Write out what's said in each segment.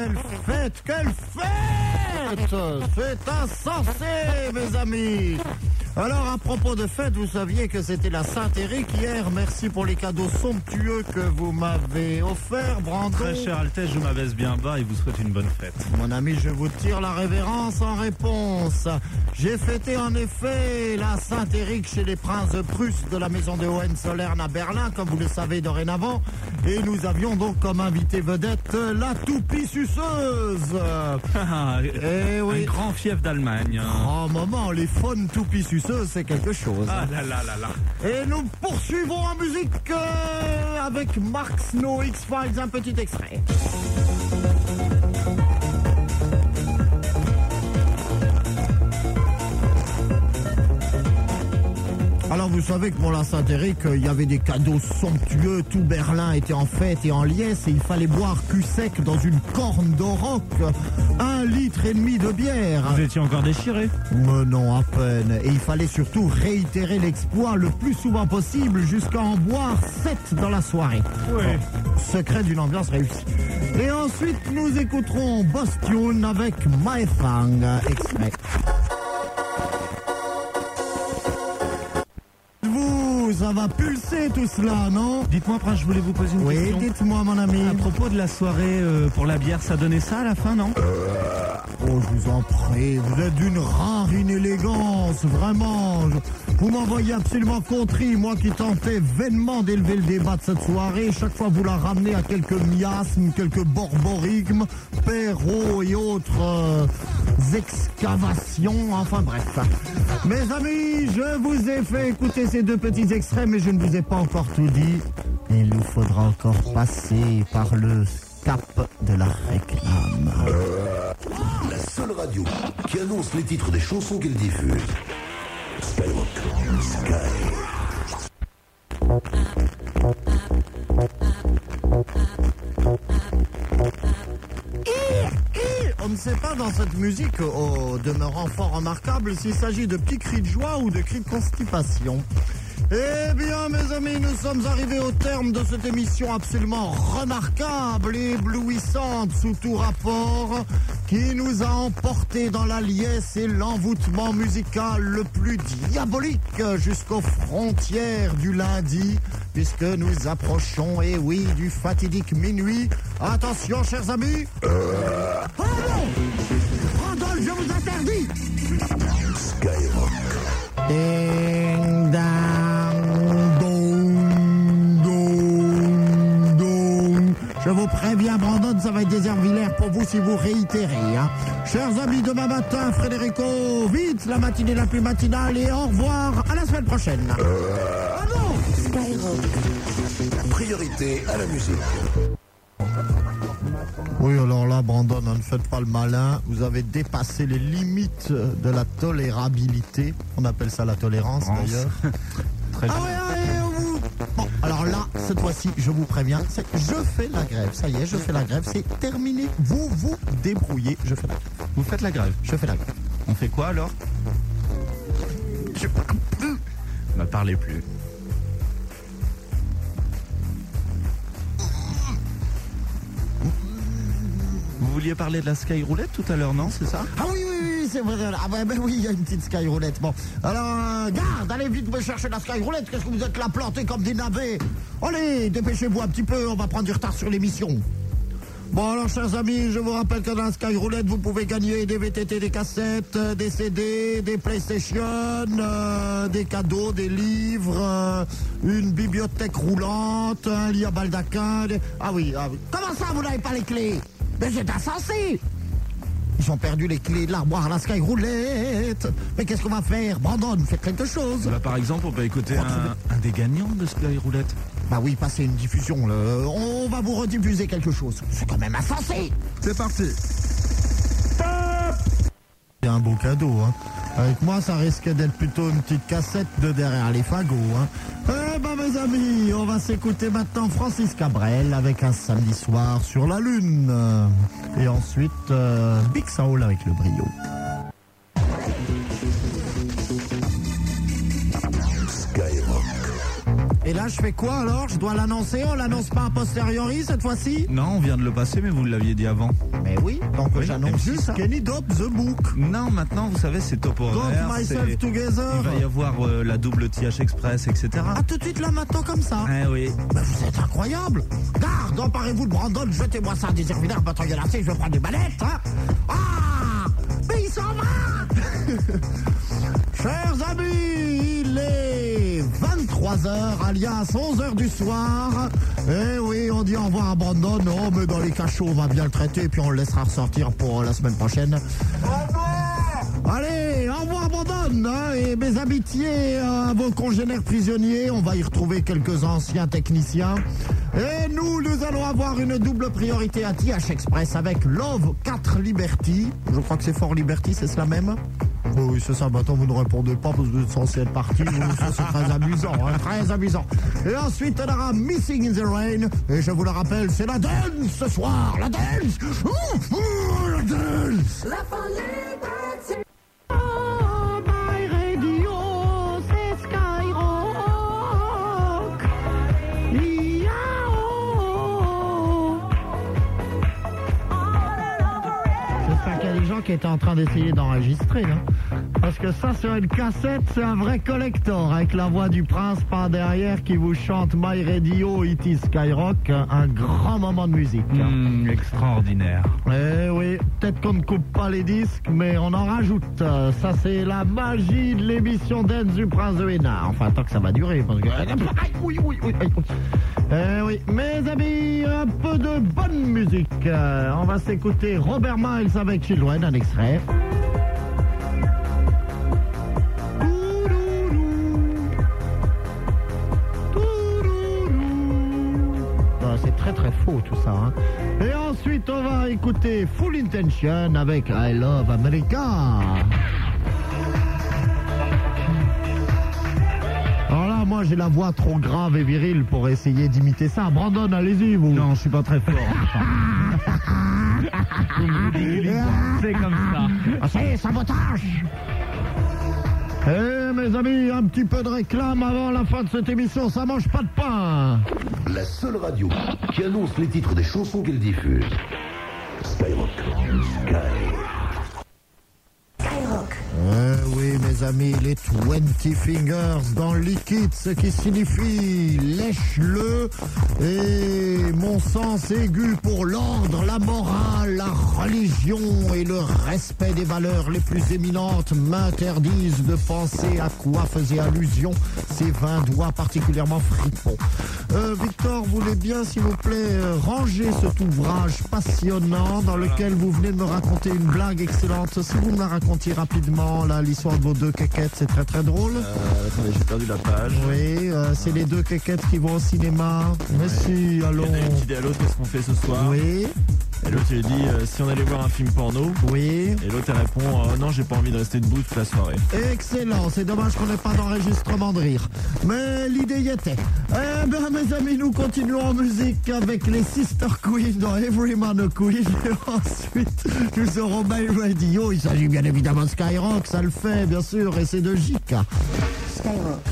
quelle fête, quelle fête! C'est insensé, mes amis! Alors, à propos de fête, vous saviez que c'était la Saint-Éric hier. Merci pour les cadeaux somptueux que vous m'avez offerts, Brandon. Très cher Altesse, je m'abaisse bien bas et vous souhaite une bonne fête. Mon ami, je vous tire la révérence en réponse. J'ai fêté en effet la Saint-Éric chez les princes de Prusse de la maison de Hohenzollern à Berlin, comme vous le savez dorénavant. Et nous avions donc comme invité vedette la toupie suceuse. Et oui. Un grand fief d'Allemagne. En moment, les faunes toupies suceuses, c'est quelque chose. Ah là là là là. Et nous poursuivons en musique avec Mark Snow, X-Files, un petit extrait. Alors vous savez que pour la Saint-Éric, il y avait des cadeaux somptueux, tout Berlin était en fête et en liesse et il fallait boire cul sec dans une corne d'auroch, 1,5 litre de bière. Vous étiez encore déchiré? Mais non, à peine. Et il fallait surtout réitérer l'exploit le plus souvent possible jusqu'à en boire 7 dans la soirée. Oui. Secret d'une ambiance réussie. Et ensuite, nous écouterons Boss Tune avec My Thang, extrait. Ça va pulser tout cela, non? Dites-moi, Prince, je voulais vous poser une question. Oui, dites-moi, mon ami. À propos de la soirée pour la bière, ça donnait ça à la fin, non? Oh, je vous en prie, vous êtes d'une rare inélégance, vraiment. Vous m'envoyez absolument contrit, moi qui tentais vainement d'élever le débat de cette soirée. Chaque fois, vous la ramenez à quelques miasmes, quelques borborigmes, Perrault et autres excavations, enfin bref. Mes amis, je vous ai fait écouter ces deux petits extraits, mais je ne vous ai pas encore tout dit. Il nous faudra encore passer par le cap de la réclame. La seule radio qui annonce les titres des chansons qu'elle diffuse. Skyrock. On ne sait pas dans cette musique, au demeurant fort remarquable, s'il s'agit de petits cris de joie ou de cris de constipation. Eh bien, mes amis, nous sommes arrivés au terme de cette émission absolument remarquable et éblouissante sous tout rapport, qui nous a emportés dans la liesse et l'envoûtement musical le plus diabolique jusqu'aux frontières du lundi, puisque nous approchons, et oui, du fatidique minuit. Attention, chers amis. Oh non! Randolph, je vous interdis! Skyrock. Ding dang, dong, dong, dong. Je vous préviens, Brandon, ça va être désherbilaire pour vous si vous réitérez. Hein. Chers amis, demain matin, Frédérico, vite, la matinée la plus matinale et au revoir, à la semaine prochaine. Ah non! Skyrock. Priorité à la musique. Oui, alors là, Brandon, ne faites pas le malin. Vous avez dépassé les limites de la tolérabilité. On appelle ça la tolérance, d'ailleurs. Très bien. Ah ouais, Bon, alors là, cette fois-ci, je vous préviens, je fais la grève. Ça y est, je fais la grève. C'est terminé. Vous vous débrouillez. Je fais la grève. Vous faites la grève? Je fais la grève. On fait quoi, alors? Ne parlez plus. Vous vouliez parler de la Sky Roulette tout à l'heure, non? C'est ça? Ah oui, c'est vrai. Ah ben oui, il y a une petite Sky Roulette. Bon, alors, garde, allez vite me chercher la Sky Roulette. Qu'est-ce que vous êtes là plantés comme des navets? Allez, dépêchez-vous un petit peu, on va prendre du retard sur l'émission. Bon, alors, chers amis, je vous rappelle que dans la Sky Roulette, vous pouvez gagner des VTT, des cassettes, des CD, des PlayStation, des cadeaux, des livres, une bibliothèque roulante, un lit à baldaquin. Ah oui. Comment ça, vous n'avez pas les clés? Mais c'est insensé! Ils ont perdu les clés de l'armoire à la Sky Roulette. Mais qu'est-ce qu'on va faire? Brandon, faites quelque chose. Bah, par exemple, on peut écouter un des gagnants de Sky Roulette. Bah oui, passez une diffusion. On va vous rediffuser quelque chose. C'est quand même insensé. C'est parti. C'est un beau cadeau, hein. Avec moi, ça risque d'être plutôt une petite cassette de derrière les fagots, hein. Eh ben, mes amis, on va s'écouter maintenant Francis Cabrel avec Un samedi soir sur la lune. Et ensuite, Big Soul avec le brio. Skyrock. Et là, Là, je fais quoi alors? Je dois l'annoncer? On l'annonce pas a posteriori cette fois-ci? Non, on vient de le passer, mais vous l'aviez dit avant. Mais oui, donc Oui, j'annonce M6, juste Kenny Dope The Book. Non, maintenant, vous savez, c'est top horaire. Got Myself Together. Il va y avoir la double TH Express, etc. Ah, tout de suite là maintenant comme ça? Eh oui. Mais vous êtes incroyable! Garde, emparez-vous de Brandon, jetez-moi ça à des serviteurs, votre gueule assez, je vais prendre des ballettes, hein! Ah! Mais il s'en va! Chers amis, il est 23h, alias 11h du soir. Eh oui, on dit au revoir à Brandon. Oh, mais dans les cachots, on va bien le traiter, puis on le laissera ressortir pour la semaine prochaine. Au revoir! Allez, au revoir Brandon, hein, et mes amitiés à vos congénères prisonniers. On va y retrouver quelques anciens techniciens. Et nous allons avoir une double priorité à TH Express avec Love 4 Liberty. Je crois que c'est Fort Liberty, c'est cela même? Oui, c'est ça. Maintenant, vous ne répondez pas parce que vous êtes censé être parti. Ça, c'est très amusant, hein, très amusant. Et ensuite, on aura Missing in the Rain. Et je vous le rappelle, c'est la dance ce soir. La dance. La dance. La folie. Oh, my radio, c'est Skyrock. J'espère qu'il y a des gens qui étaient en train d'essayer d'enregistrer, là. Parce que ça, sur une cassette, c'est un vrai collector, avec la voix du prince par derrière qui vous chante My Radio, It is Skyrock, un grand moment de musique. Extraordinaire. Eh oui, peut-être qu'on ne coupe pas les disques, mais on en rajoute. Ça, c'est la magie de l'émission Dance du Prince de Hénin. Enfin, tant que ça va durer, parce que... Oui. Eh oui, mes amis, un peu de bonne musique. On va s'écouter Robert Miles avec Children, un extrait. C'est très très faux tout ça, hein. Et ensuite on va écouter Full Intention avec I Love America. Alors là, moi j'ai la voix trop grave et virile pour essayer d'imiter ça. Brandon, allez-y vous. Non, je suis pas très fort. C'est comme ça. Ah, c'est sabotage. Eh mes amis, un petit peu de réclame avant la fin de cette émission, ça mange pas de pain. La seule radio qui annonce les titres des chansons qu'elle diffuse. Skyrock. Skyrock. Oui, mes amis, les 20 fingers dans le liquide, ce qui signifie lèche-le. Et mon sens aigu pour l'ordre, la morale, la religion et le respect des valeurs les plus éminentes m'interdisent de penser à quoi faisaient allusion ces 20 doigts particulièrement fripons. Victor, voulez bien, s'il vous plaît, ranger cet ouvrage passionnant dans lequel vous venez de me raconter une blague excellente. Si vous me la racontiez rapidement, là, l'histoire de vos deux quéquettes, c'est très très drôle. Attendez, j'ai perdu la page. Oui, c'est les deux quéquettes qui vont au cinéma. Mais si, allons. Il y en a une qui dit à l'autre qu'est-ce qu'on fait ce soir. Oui, Et l'autre il dit si on allait voir un film porno. oui. Et l'autre elle répond non, j'ai pas envie de rester debout toute la soirée. Excellent, c'est dommage qu'on n'ait pas d'enregistrement de rire. Mais l'idée y était. Eh bien, mes amis, nous continuons en musique avec les Sister Queen dans Every Man a Queen. Et ensuite, nous aurons My Radio. Il s'agit bien évidemment de Skyrock, ça le fait, bien sûr, et c'est de JK. Skyrock.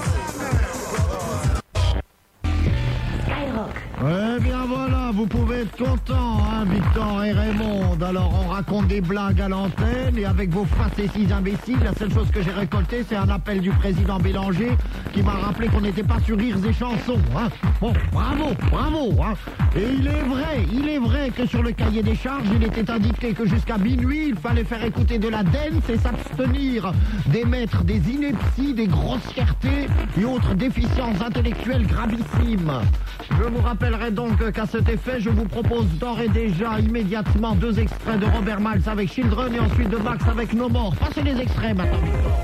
Skyrock. Eh bien voilà, vous pouvez être contents, hein, Victor et Raymond. Alors on raconte des blagues à l'antenne et avec vos facéties imbéciles, la seule chose que j'ai récoltée, c'est un appel du président Bélanger qui m'a rappelé qu'on n'était pas sur Rires et Chansons. Hein. Bon, bravo. Hein. Et il est vrai que sur le cahier des charges, il était indiqué que jusqu'à minuit, il fallait faire écouter de la dance et s'abstenir d'émettre des inepties, des grossièretés et autres déficiences intellectuelles gravissimes. Je vous rappellerai donc qu'à cet effet, je vous propose d'ores et déjà immédiatement 2 extraits de Robert Miles avec Children et ensuite de Max avec No More. Passez les extraits maintenant, Victor.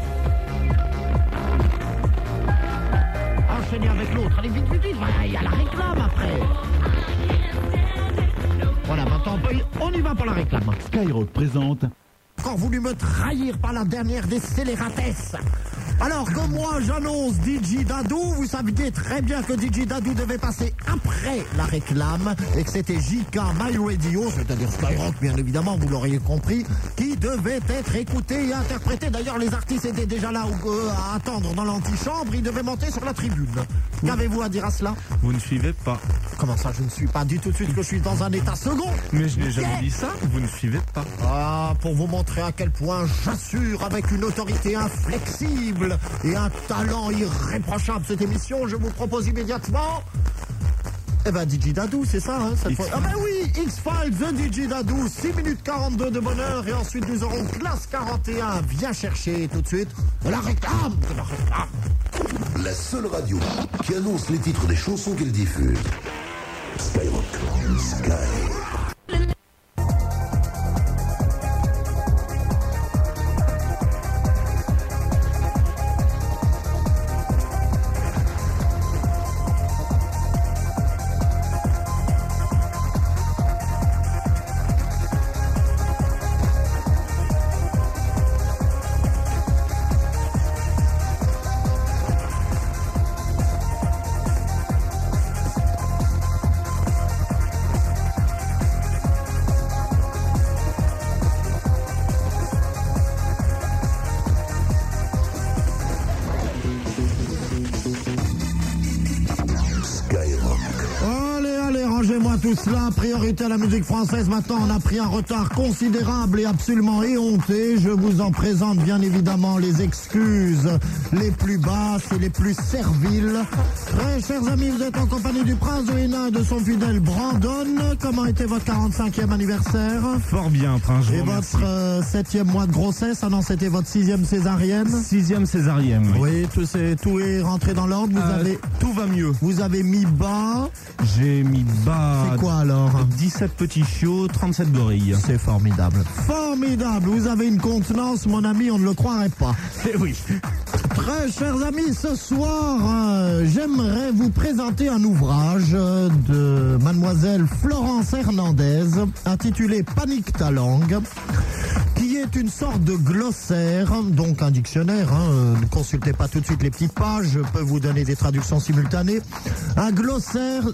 Enchaînez avec l'autre. Allez, vite. Il y a la réclame après. Voilà, maintenant on y va pour la réclame. Skyrock présente Encore voulu me trahir par la dernière des scélératesses. Alors que moi j'annonce DJ Dadou, vous saviez très bien que DJ Dadou devait passer après la réclame et que c'était JK My Radio, c'est-à-dire Skyrock bien évidemment, vous l'auriez compris, qui devait être écouté et interprété. D'ailleurs les artistes étaient déjà là à attendre dans l'antichambre, ils devaient monter sur la tribune. Qu'avez-vous à dire à cela? Vous ne suivez pas. Comment ça je ne suis pas? Dit tout de suite que je suis dans un état second. Mais je n'ai jamais dit ça. Vous ne suivez pas. Ah, pour vous montrer à quel point j'assure avec une autorité inflexible et un talent irréprochable cette émission, je vous propose immédiatement... Eh ben DJ Dadou, c'est ça, hein, cette fois. Ah ben oui, X-Files, The DJ Dadou, 6 minutes 42 de bonheur, et ensuite nous aurons Classe 41. Viens chercher tout de suite la réclame, la réclame. La seule radio qui annonce les titres des chansons qu'elle diffuse. Skyrock. Sky. Tout cela, priorité à la musique française. Maintenant, on a pris un retard considérable et absolument éhonté. Je vous en présente bien évidemment les excuses les plus basses et les plus serviles. Très chers amis, vous êtes en compagnie du prince de Hénin et de son fidèle Brandon. Comment était votre 45e anniversaire? Fort bien, prince. Et votre 7e mois de grossesse? Ah non, c'était votre 6e césarienne? 6e césarienne, oui. Oui, tout est rentré dans l'ordre. Tout va mieux. Vous avez mis bas. J'ai mis bas. C'est quoi alors? 17 petits chiots, 37 gorilles. C'est formidable. Formidable. Vous avez une contenance, mon ami, on ne le croirait pas. Eh oui. Très chers amis, ce soir, j'aimerais vous présenter un ouvrage de mademoiselle Florence Hernandez intitulé Panique ta langue, qui est une sorte de glossaire, donc un dictionnaire. Ne consultez pas tout de suite les petites pages, je peux vous donner des traductions simultanées. Un glossaire,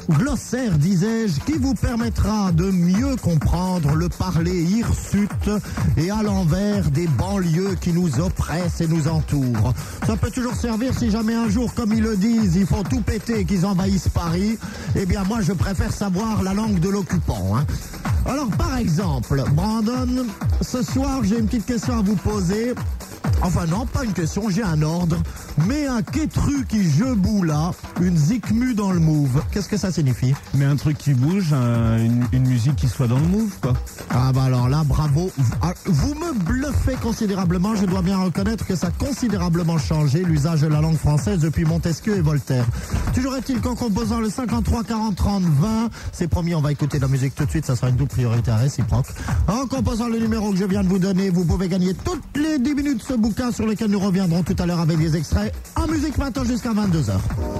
disais-je, qui vous permettra de mieux comprendre le parler hirsute et à l'envers des banlieues qui nous oppressent et nous entourent. Ça peut toujours servir si jamais un jour, comme ils le disent, ils font tout péter et qu'ils envahissent Paris. Eh bien moi je préfère savoir la langue de l'occupant. Alors par exemple, Brandon, ce soir j'ai une petite question à vous poser. Enfin non, pas une question, j'ai un ordre. Mais un quetru qui je boue là, une zikmu dans le move. Qu'est-ce que ça signifie? Mais un truc qui bouge, une musique qui soit dans le move, quoi. Ah bah alors là, bravo. Vous me bluffez considérablement. Je dois bien reconnaître que ça a considérablement changé l'usage de la langue française depuis Montesquieu et Voltaire. Toujours est-il qu'en composant le 53 40 30 20, c'est promis, on va écouter de la musique tout de suite, ça sera une double priorité réciproque. En composant le numéro que je viens de vous donner, vous pouvez gagner toutes les 10 minutes ce bouquin sur lequel nous reviendrons tout à l'heure avec des extraits en musique maintenant jusqu'à 22h.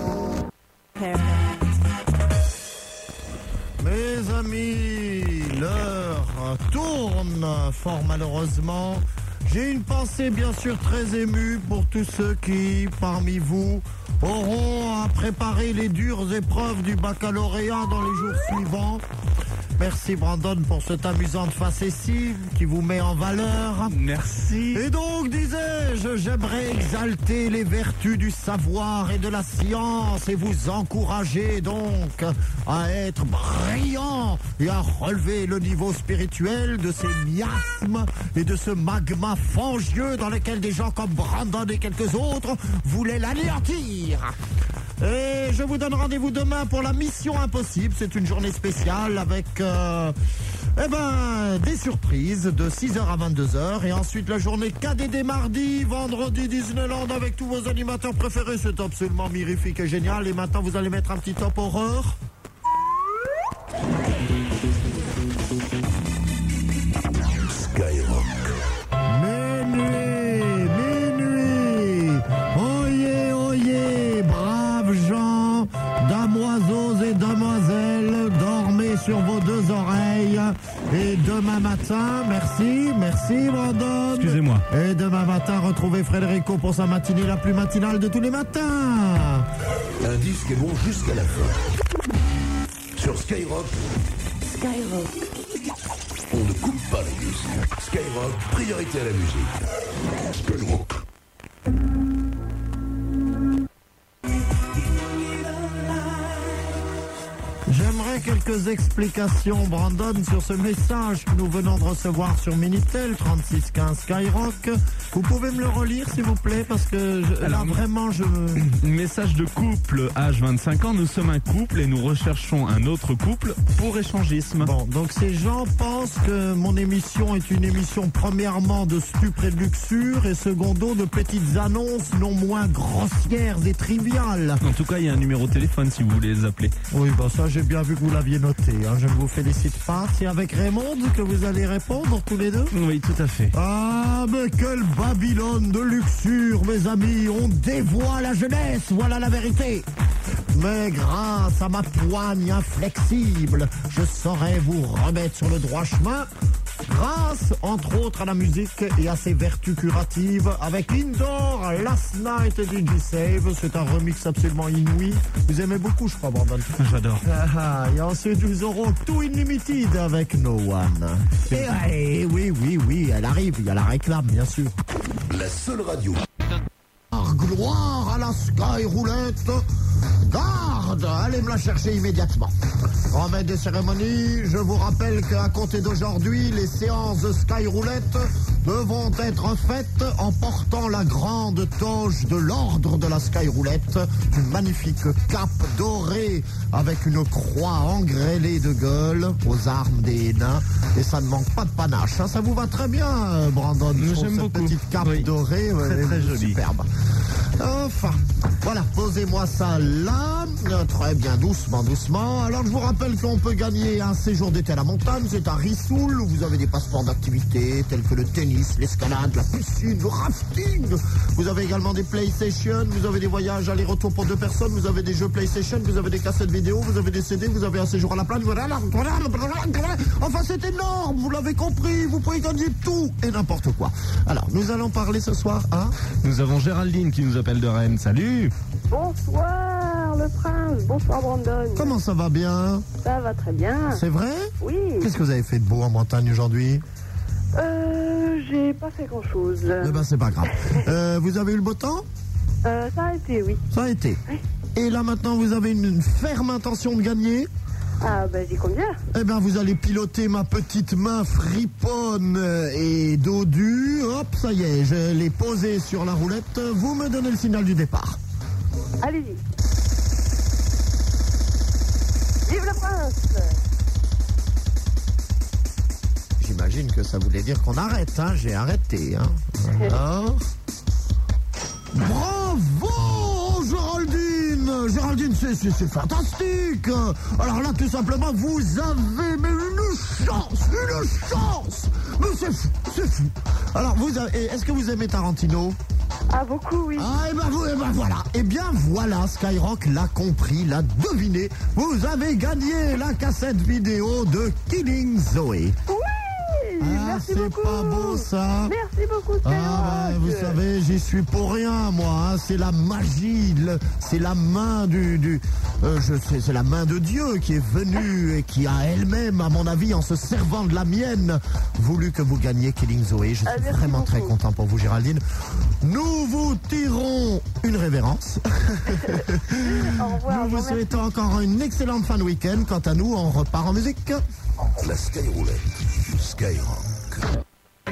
Mes amis, l'heure tourne fort malheureusement. J'ai une pensée bien sûr très émue pour tous ceux qui, parmi vous, auront à préparer les dures épreuves du baccalauréat dans les jours suivants. Merci Brandon pour cette amusante facétie qui vous met en valeur. Merci. Et donc, disais-je, j'aimerais exalter les vertus du savoir et de la science et vous encourager donc à être brillant et à relever le niveau spirituel de ces miasmes et de ce magma fangieux dans lequel des gens comme Brandon et quelques autres voulaient l'anéantir. Et je vous donne rendez-vous demain pour la Mission Impossible. C'est une journée spéciale avec des surprises de 6h à 22h. Et ensuite la journée KDD mardi, vendredi Disneyland avec tous vos animateurs préférés. C'est absolument mirifique et génial. Et maintenant vous allez mettre un petit top horreur. Skyrock. Minuit. Oyez, braves gens, damoiseaux et demoiselles, dormez sur vos deux oreilles. Et demain matin, merci Brandon. Excusez-moi. Et demain matin, retrouvez Frédérico pour sa matinée la plus matinale de tous les matins. Un disque est bon jusqu'à la fin. Sur Skyrock, on ne coupe pas la musique. Skyrock, priorité à la musique. Skyrock. J'aimerais quelques explications, Brandon, sur ce message que nous venons de recevoir sur Minitel 3615 Skyrock. Vous pouvez me le relire, s'il vous plaît, parce que là, vraiment, Message de couple, âge 25 ans. Nous sommes un couple et nous recherchons un autre couple pour échangisme. Bon, donc ces gens pensent que mon émission est une émission premièrement de stupre et de luxure et secondo de petites annonces non moins grossières et triviales. En tout cas, il y a un numéro de téléphone si vous voulez les appeler. Oui, bah ça j'ai bien vu que vous l'aviez noté, hein. Je ne vous félicite pas. C'est avec Raymond que vous allez répondre tous les deux? Oui, tout à fait. Ah, mais quelle Babylone de luxure, mes amis. On dévoie la jeunesse, voilà la vérité. Mais grâce à ma poigne inflexible, je saurai vous remettre sur le droit chemin. Grâce, entre autres, à la musique et à ses vertus curatives, avec Indoor, Last Night et DJ Save. C'est un remix absolument inouï. Vous aimez beaucoup, je crois, Brandon. J'adore. Et ensuite, nous aurons Too Unlimited avec No One. Et oui, elle arrive. Il y a la réclame, bien sûr. La seule radio. Gloire à la Sky Roulette. Garde, allez me la chercher immédiatement. Grand maître des cérémonies, je vous rappelle qu'à compter d'aujourd'hui, les séances de Sky Roulette devront être faites en portant la grande toge de l'ordre de la Sky Roulette, une magnifique cape dorée avec une croix engrêlée de gueule aux armes des nains. Et ça ne manque pas de panache. Ça vous va très bien, Brandon. J'aime cette beaucoup. petite cape dorée, Très joli. superbe. Enfin, voilà, posez-moi ça là. Très bien, doucement. Alors, je vous rappelle qu'on peut gagner un séjour d'été à la montagne. C'est à Rissoul, où vous avez des passeports d'activité tels que le tennis, l'escalade, la piscine, le rafting. Vous avez également des PlayStation, vous avez des voyages aller-retour pour 2 personnes, vous avez des jeux PlayStation, vous avez des cassettes vidéo, vous avez des CD, vous avez un séjour à la plage. Enfin, c'est énorme, vous l'avez compris, vous pouvez gagner tout et n'importe quoi. Alors, nous allons parler ce soir, hein. Nous avons Géraldine qui nous appelle de Rennes. Salut. Bonsoir le prince, bonsoir Brandon. Comment ça va bien? Ça va très bien. C'est vrai? Oui. Qu'est-ce que vous avez fait de beau en montagne aujourd'hui? J'ai pas fait grand chose. Eh ben, c'est pas grave. Vous avez eu le beau temps? Ça a été, oui. Ça a été. Oui. Et là maintenant, vous avez une ferme intention de gagner? Ah ben j'y combien? Eh bien, vous allez piloter ma petite main friponne et dodue. Hop, ça y est, je l'ai posée sur la roulette. Vous me donnez le signal du départ. Allez-y. Vive le prince! J'imagine que ça voulait dire qu'on arrête, hein. J'ai arrêté, hein. Voilà. Bravo, Géraldine, c'est fantastique. Alors là, tout simplement, vous avez mais une chance. Mais c'est fou. Alors, est-ce que vous aimez Tarantino? Ah beaucoup, oui. Ah, et ben voilà. Skyrock l'a compris, l'a deviné. Vous avez gagné la cassette vidéo de Killing Zoe. Merci beaucoup. C'est pas beau ça. Merci beaucoup, Ah, vous savez, j'y suis pour rien, moi. Hein. C'est la magie, c'est la main c'est la main de Dieu qui est venue et qui a elle-même, à mon avis, en se servant de la mienne, voulu que vous gagniez Killing Zoe. Je suis vraiment beaucoup. très content pour vous, Géraldine. Nous vous tirons une révérence. Au revoir. Nous vous souhaitons encore une excellente fin de week-end. Quant à nous, on repart en musique. La Sky Roulette. Skyrock.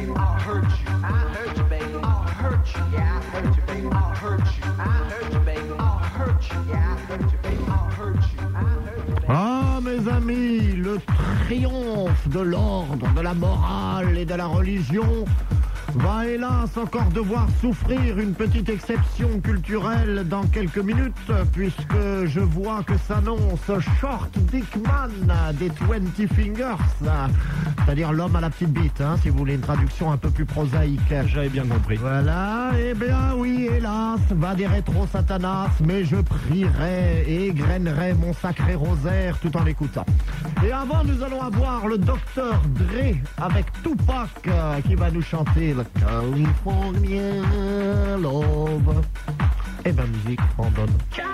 Ah, mes amis, le triomphe de l'ordre, de la morale et de la religion va hélas encore devoir souffrir une petite exception culturelle dans quelques minutes, puisque je vois que s'annonce Short Dickman des 20 Fingers, c'est-à-dire l'homme à la petite bite, hein, si vous voulez une traduction un peu plus prosaïque. J'avais bien compris. Voilà, eh bien oui, hélas, va des rétro Satanas, mais je prierai et égrainerai mon sacré rosaire tout en l'écoutant. Et avant, nous allons avoir le Dr Dre avec Tupac qui va nous chanter le California Love. Eh ben musique, on donne.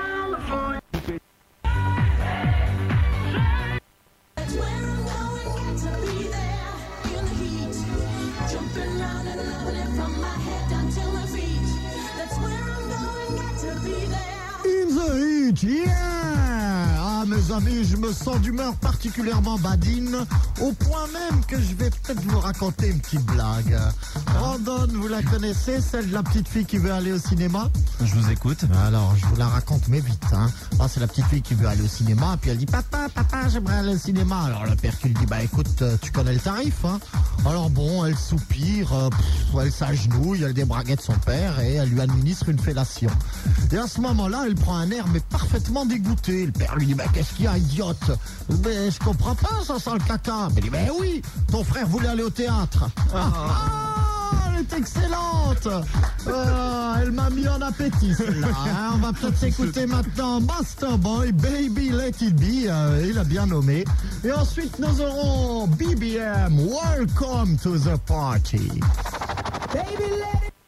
In the heat, yeah! Ah, mes amis, je me sens d'humeur particulièrement badine, au point même que je vais peut-être vous raconter une petite blague. Brandon, vous la connaissez, celle de la petite fille qui veut aller au cinéma? Je vous écoute. Alors, je vous la raconte, mais vite, hein. Ah, c'est la petite fille qui veut aller au cinéma, puis elle dit, papa, j'aimerais aller au cinéma. Alors, le père qui lui dit, bah écoute, tu connais le tarif, hein. Alors bon, elle soupire, elle s'agenouille, elle débraguette son père et elle lui administre une fellation. Et à ce moment-là, elle prend un air mais parfaitement dégoûté. Le père lui dit, bah qu'est-ce qu'il y a, idiote? Mais je comprends pas, ça sent le caca. Elle dit, mais oui, ton frère voulait aller au théâtre. Elle est excellente. Elle m'a mis en appétit, celle-là. Hein. On va peut-être s'écouter maintenant Master Boy, Baby Let It Be. Il a bien nommé. Et ensuite, nous aurons BBM, Welcome to the Party. Baby Let It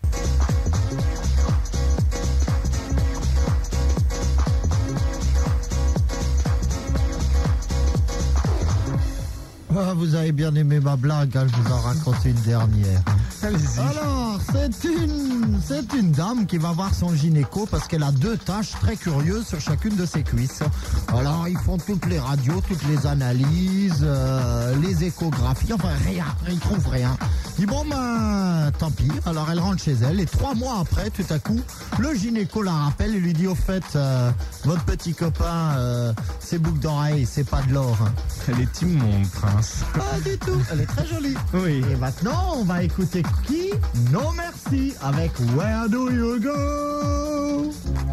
Ah, vous avez bien aimé ma blague, hein, je vous en raconte une dernière. Allez-y. Alors, c'est une dame qui va voir son gynéco parce qu'elle a 2 taches très curieuses sur chacune de ses cuisses. Alors, ils font toutes les radios, toutes les analyses, les échographies, enfin rien, ils trouvent rien. Il dit bon ben, tant pis. Alors, elle rentre chez elle et 3 mois après, tout à coup, le gynéco la rappelle et lui dit au fait, votre petit copain, ses boucles d'oreilles, c'est pas de l'or. Elle est immonde, prince. Pas du tout, elle est très jolie. Oui. Et maintenant, on va écouter qui? No Merci avec Where Do You Go?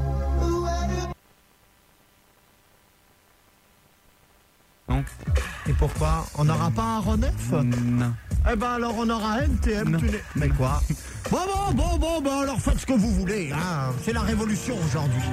Non. Et pourquoi? On n'aura pas un Ronef? Non. Eh ben alors on aura NTM. Non. Mais quoi? Bon, alors faites ce que vous voulez, hein. C'est la révolution aujourd'hui.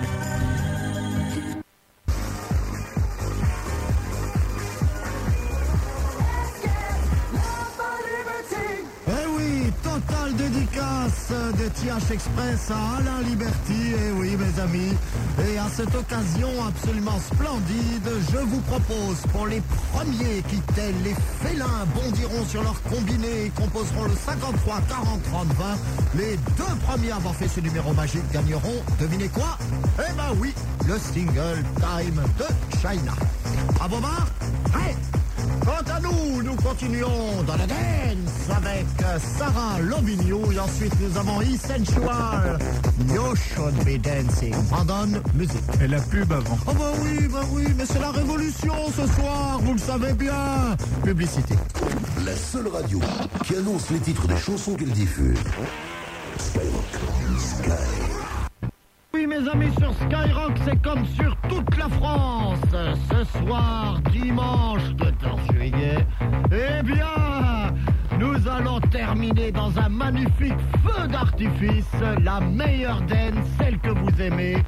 Totale dédicace de TH Express à Alain Liberty, et oui mes amis, et à cette occasion absolument splendide, je vous propose pour les premiers qui tels les félins bondiront sur leur combiné et composeront le 53 40 30 20, les 2 premiers à avoir fait ce numéro magique gagneront, devinez quoi? Eh ben oui, le single Time de China. À vos marques, prêts? Quant à nous, nous continuons dans la dance avec Sarah Lobigno et ensuite nous avons Essential, You Should Be Dancing. Brandon, musique. Et la pub avant. Oh bah oui, mais c'est la révolution ce soir, vous le savez bien. Publicité. La seule radio qui annonce les titres des chansons qu'elle diffuse. Skyrock. Sky. Oui mes amis, sur Skyrock, c'est comme sur toute la France. Ce soir, dimanche 14 juillet, eh bien, nous allons terminer dans un magnifique feu d'artifice, la meilleure dance, celle que vous aimez.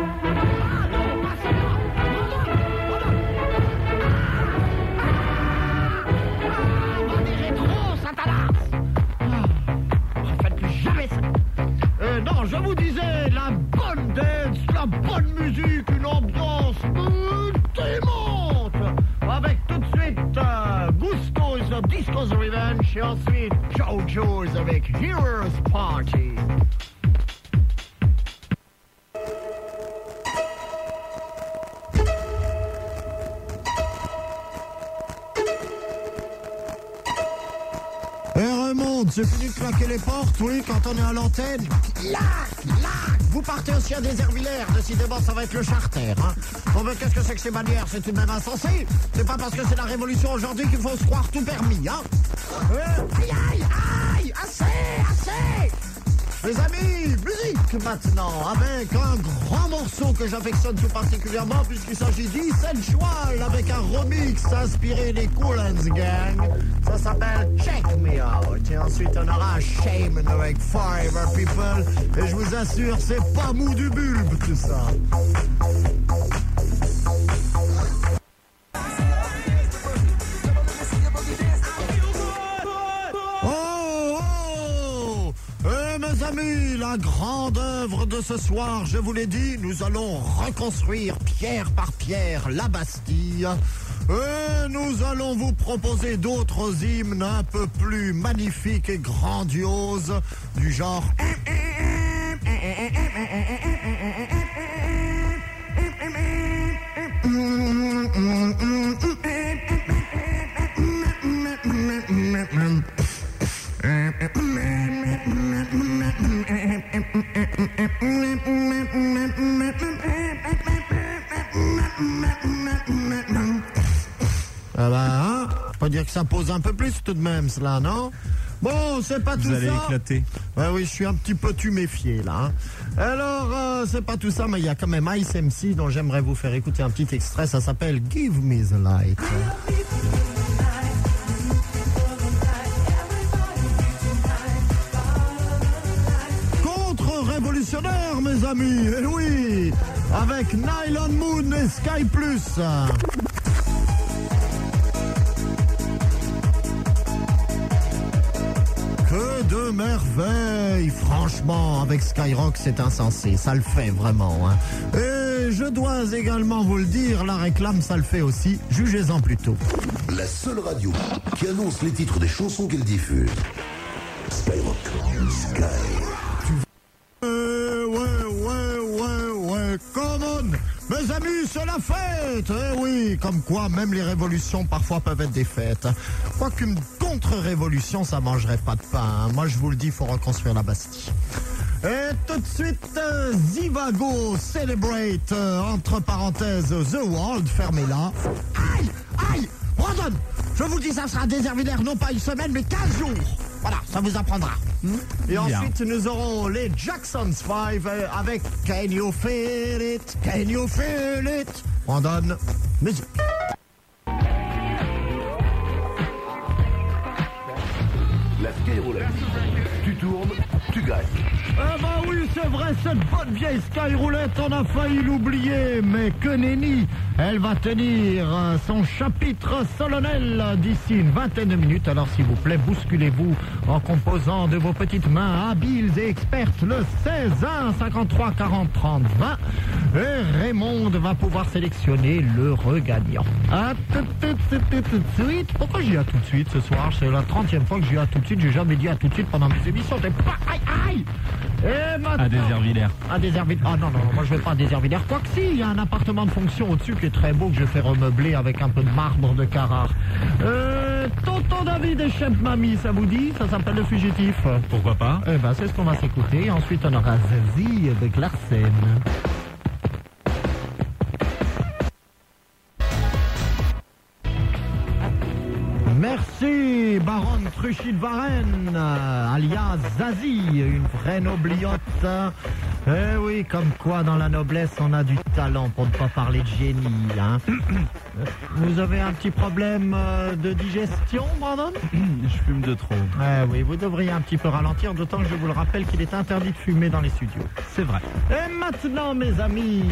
Non, je vous disais, la bonne dance, la bonne musique, une ambiance démente. Avec tout de suite Gusto's of Disco's Revenge et ensuite JoJo's avec Heroes Party. C'est fini de claquer les portes, oui, quand on est à l'antenne. Là, vous partez aussi à Déservillers, décidément ça va être le charter. Hein. Bon, mais qu'est-ce que c'est que ces manières? C'est tout de même insensé. C'est pas parce que c'est la révolution aujourd'hui qu'il faut se croire tout permis. Hein. Aïe, à Assez. Les amis, musique maintenant, avec un grand morceau que j'affectionne tout particulièrement puisqu'il s'agit d'Essential avec un remix inspiré des Kool & Gang. Ça s'appelle Check Me Out. Et ensuite on aura Shame avec Forever People. Et je vous assure, c'est pas mou du bulbe tout ça. Mes amis, la grande œuvre de ce soir, je vous l'ai dit, nous allons reconstruire pierre par pierre la Bastille. Et nous allons vous proposer d'autres hymnes un peu plus magnifiques et grandioses, du genre... Ah bah, hein, je peux dire que ça pose un peu plus tout de même, cela, non? Bon, c'est pas tout ça. Vous allez éclater. Ouais, oui, je suis un petit peu tuméfié, là. Hein. Alors, c'est pas tout ça, mais il y a quand même Ice MC dont j'aimerais vous faire écouter un petit extrait. Ça s'appelle Give Me the Light. Contre-révolutionnaire, mes amis, et oui, avec Nylon Moon et Sky Plus. Que de merveilles, franchement, avec Skyrock c'est insensé, ça le fait vraiment. Hein. Et je dois également vous le dire, la réclame ça le fait aussi, jugez-en plutôt. La seule radio qui annonce les titres des chansons qu'elle diffuse. Skyrock. Sky. Ouais, come on. Mes amis, c'est la fête. Eh oui, comme quoi même les révolutions parfois peuvent être des fêtes. Quoiqu'une contre-révolution, ça mangerait pas de pain. Hein. Moi, je vous le dis, il faut reconstruire la Bastille. Et tout de suite, Zivago, Celebrate, entre parenthèses, The World, fermez-la. Aïe, Brandon, je vous dis, ça sera déservilaire, non pas une semaine, mais 15 jours. Voilà, ça vous apprendra. Et ensuite, nous aurons les Jacksons 5 avec Can You Feel It? Can You Feel It? Brandon, musique. La Skyroulette. Tu tournes, tu gagnes. Eh ben oui, c'est vrai, cette bonne vieille Skyroulette, on a failli l'oublier, mais que nenni, elle va tenir son chapitre solennel d'ici une vingtaine de minutes. Alors s'il vous plaît, bousculez-vous en composant de vos petites mains habiles et expertes le 16 1 53 40 30 20 et Raymond va pouvoir sélectionner le regagnant. À tout de suite. Pourquoi j'ai à tout de suite ce soir? C'est la 30e fois que j'ai à tout de suite, j'ai jamais dit à tout de suite pendant mes émissions. T'es pas... Aïe. Et maintenant... À Déservillers. À Déservillers. Ah non, moi je vais pas à Déservillers. Quoique si, il y a un appartement de fonction au-dessus qui est très beau, que je fais remeubler avec un peu de marbre de Carrare. Tonton David et Chef Mamie, ça vous dit? Ça s'appelle Le Fugitif. Pourquoi pas? Eh ben c'est ce qu'on va s'écouter. Ensuite on aura Zazie avec Larsen. Merci, baronne Truchy de Varenne, alias Zazie, une vraie nobliote. Eh oui, comme quoi dans la noblesse on a du talent, pour ne pas parler de génie. Hein. Vous avez un petit problème de digestion, Brandon? Je fume de trop. Eh oui, vous devriez un petit peu ralentir, d'autant que je vous le rappelle qu'il est interdit de fumer dans les studios. C'est vrai. Et maintenant, mes amis,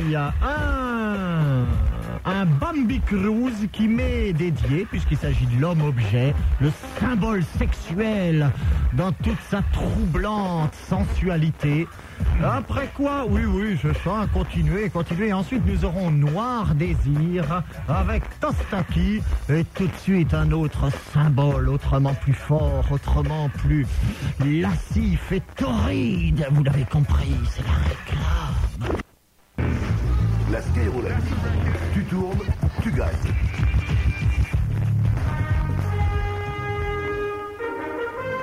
un Bambi Cruise qui m'est dédié, puisqu'il s'agit de l'homme-objet, le symbole sexuel dans toute sa troublante sensualité. Après quoi, oui, je sens, continuez. Ensuite, nous aurons Noir Désir avec Tostaki. Et tout de suite, un autre symbole, autrement plus fort, autrement plus lascif et torride. Vous l'avez compris, c'est la réclame. La Skyroulette. Tu tournes, tu gagnes.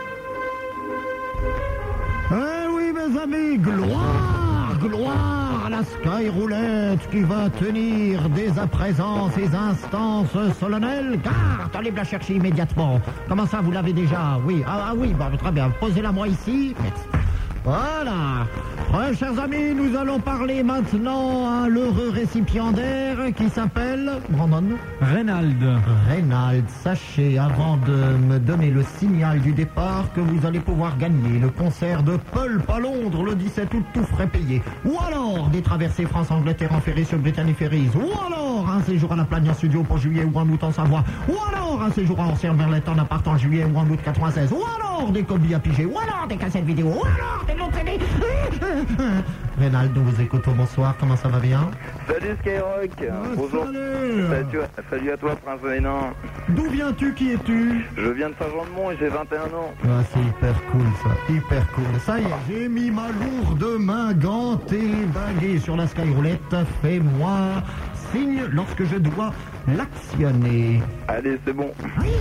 Eh oui, mes amis, gloire à la la Sky Roulette qui va tenir dès à présent ses instances solennelles. Garde, allez me la chercher immédiatement. Comment ça, vous l'avez déjà? Oui, oui, bon, très bien. Posez-la moi ici. Merci. Voilà. Ouais, chers amis, nous allons parler maintenant à l'heureux récipiendaire qui s'appelle... Brandon? Reynald. Sachez, avant de me donner le signal du départ, que vous allez pouvoir gagner le concert de Pulp à Londres le 17 août, tout frais payé. Ou alors des traversées France-Angleterre en ferry sur Brittany Ferries. Ou alors un séjour à la Plage en studio pour juillet ou en août en Savoie. Ou alors un séjour à Orsières-Merlette en appart en juillet ou en août 96. Ou alors des copies à piger. Ou alors des cassettes vidéo. Ou alors des longs CD. Reynald, nous vous écoutons. Bonsoir, comment ça va bien? Salut Skyrock. Bonjour. Salut à toi Prince de Hénin. D'où viens-tu? Qui es-tu? Je viens de Saint-Jean-de-Mont et j'ai 21 ans. Ah, c'est hyper cool ça, hyper cool. Ça y est, j'ai mis ma lourde main gantée, baguée sur la Sky Roulette. Fais-moi signe lorsque je dois l'actionner. Allez, c'est bon.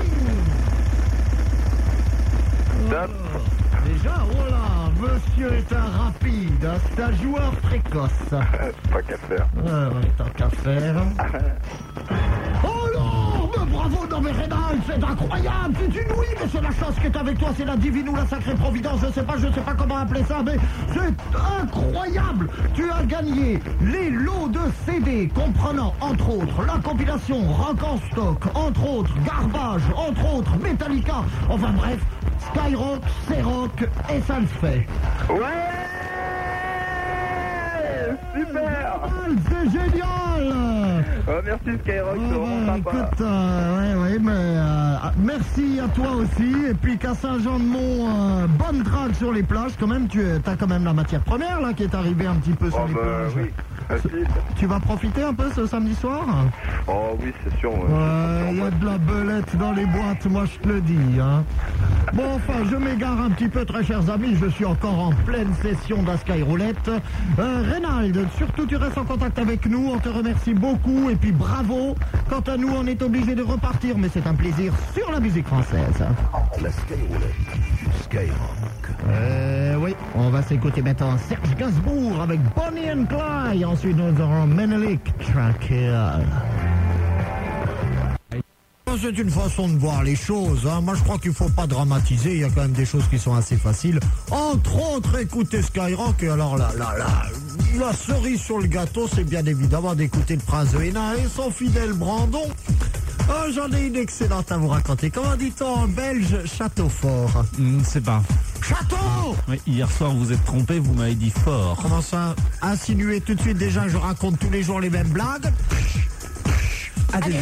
Top. Déjà, voilà, monsieur est un rapide, c'est un joueur précoce. Pas qu'à faire. Ouais, tant qu'à faire. Oh non, mais bravo, non mais Reynald, c'est incroyable, c'est inouï, mais c'est la chance qui est avec toi, c'est la divine ou la sacrée providence, je sais pas comment appeler ça, mais c'est incroyable. Tu as gagné les lots de CD comprenant, entre autres, la compilation Rock en stock, entre autres, Garbage, entre autres, Metallica, enfin bref, Skyrock, c'est rock, et ça le fait. Ouais, super. C'est génial. Oh, merci Skyrock, c'est vraiment sympa. Écoute, mais merci à toi aussi. Et puis qu'à Saint-Jean-de-Mont, bonne drague sur les plages. Quand même, tu as quand même la matière première là qui est arrivée un petit peu sur les plages. Oui. Facile. Tu vas profiter un peu ce samedi soir? Oh oui, c'est sûr. Il y a de la belette dans les boîtes, moi je te le dis. Hein. Bon, enfin, je m'égare un petit peu, très chers amis. Je suis encore en pleine session de la Sky Roulette. Reynald, surtout tu restes en contact avec nous. On te remercie beaucoup et puis bravo. Quant à nous, on est obligé de repartir, mais c'est un plaisir sur la musique française. La Sky Roulette, Skyrock. Oui, on va s'écouter maintenant Serge Gainsbourg avec Bonnie and Clyde. Ensuite, nous aurons Menelik Tranquille. C'est une façon de voir les choses. Hein. Moi, je crois qu'il ne faut pas dramatiser. Il y a quand même des choses qui sont assez faciles. Entre autres, écouter Skyrock. Et alors, la cerise sur le gâteau, c'est bien évidemment d'écouter le Prince de Hénin et son fidèle Brandon. Oh, j'en ai une excellente à vous raconter. Comment dit-on en belge? Château fort. C'est pas. Château! Oui, hier soir, vous êtes trompé, vous m'avez dit fort. Comment ça? Insinuer tout de suite déjà, je raconte tous les jours les mêmes blagues. Allez,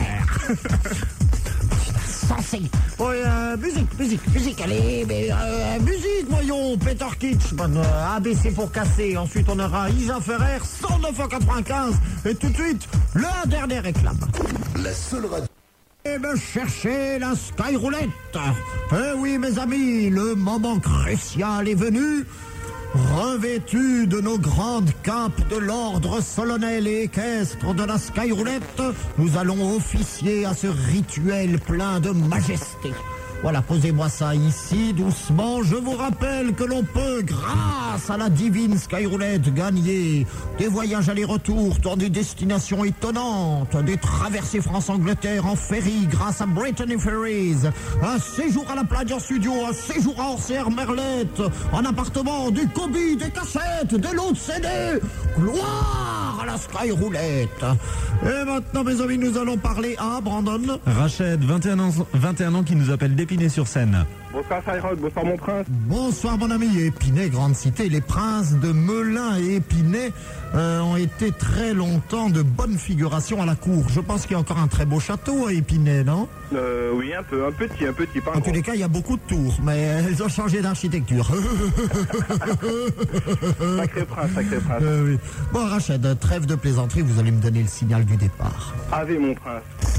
censé. Oui, musique, allez, mais musique, voyons, Peter Kitsch, ABC pour casser, ensuite on aura Isa Ferrer, 109,95, et tout de suite, la dernière réclame. La seule radio. Et me chercher la Sky Roulette. Eh oui, mes amis, le moment crucial est venu. Revêtus de nos grandes capes de l'ordre solennel et équestre de la Sky Roulette, nous allons officier à ce rituel plein de majesté. Voilà, posez-moi ça ici, doucement. Je vous rappelle que l'on peut, grâce à la divine Sky Roulette, gagner des voyages aller-retour dans des destinations étonnantes, des traversées France-Angleterre en ferry grâce à Brittany Ferries, un séjour à la Plage en studio, un séjour à Orsières-Merlette, un appartement, du cobi, des cassettes, des lots de CD. Gloire à la Sky Roulette. Et maintenant, mes amis, nous allons parler à Brandon. Rachid, 21 ans qui nous appelle d'Épinay-sur-Seine. Bonsoir Skyrock, bonsoir mon prince. Bonsoir mon ami. Épinay, grande cité. Les princes de Melun et Épinay ont été très longtemps de bonne figuration à la cour. Je pense qu'il y a encore un très beau château à Épinay, non? Oui, un petit, pas un En tous les cas, il y a beaucoup de tours, mais elles ont changé d'architecture. Sacré prince. Oui. Bon, Rachid, trêve de plaisanterie, vous allez me donner le signal du départ. Ave mon prince.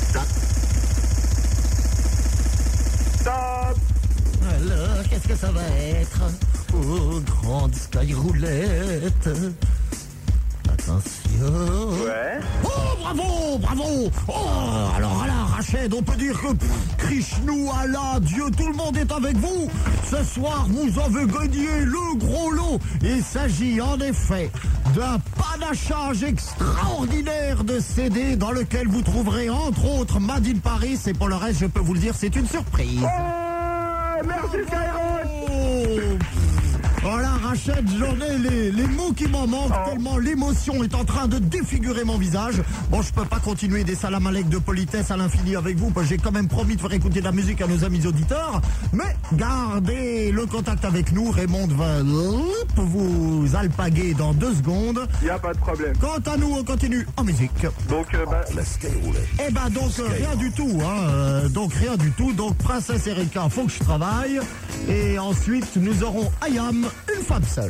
Stop. Alors, qu'est-ce que ça va être? Oh, grande Sky Roulette. Attention. Ouais. Oh, bravo, bravo. Oh, alors là, Rachid, on peut dire que Krishnou, Allah, Dieu, tout le monde est avec vous. Ce soir, vous avez gagné le gros lot. Il s'agit en effet d'un panachage extraordinaire de CD dans lequel vous trouverez entre autres Made in Paris. Et pour le reste, je peux vous le dire, c'est une surprise. Oh, merci Skyrock. Voilà, Rachid, j'en ai les mots qui m'en manquent, tellement l'émotion est en train de défigurer mon visage. Bon, je peux pas continuer des salam alek de politesse à l'infini avec vous, parce que j'ai quand même promis de faire écouter de la musique à nos amis auditeurs. Mais gardez le contact avec nous, Raymond va vous alpaguer dans 2 secondes. Y a pas de problème. Quant à nous, on continue en musique. Donc, La Skyroulette. Eh ben donc rien du tout, hein. Donc rien du tout. Donc Princesse Erika, faut que je travaille. Et ensuite, nous aurons Ayam, une femme seule.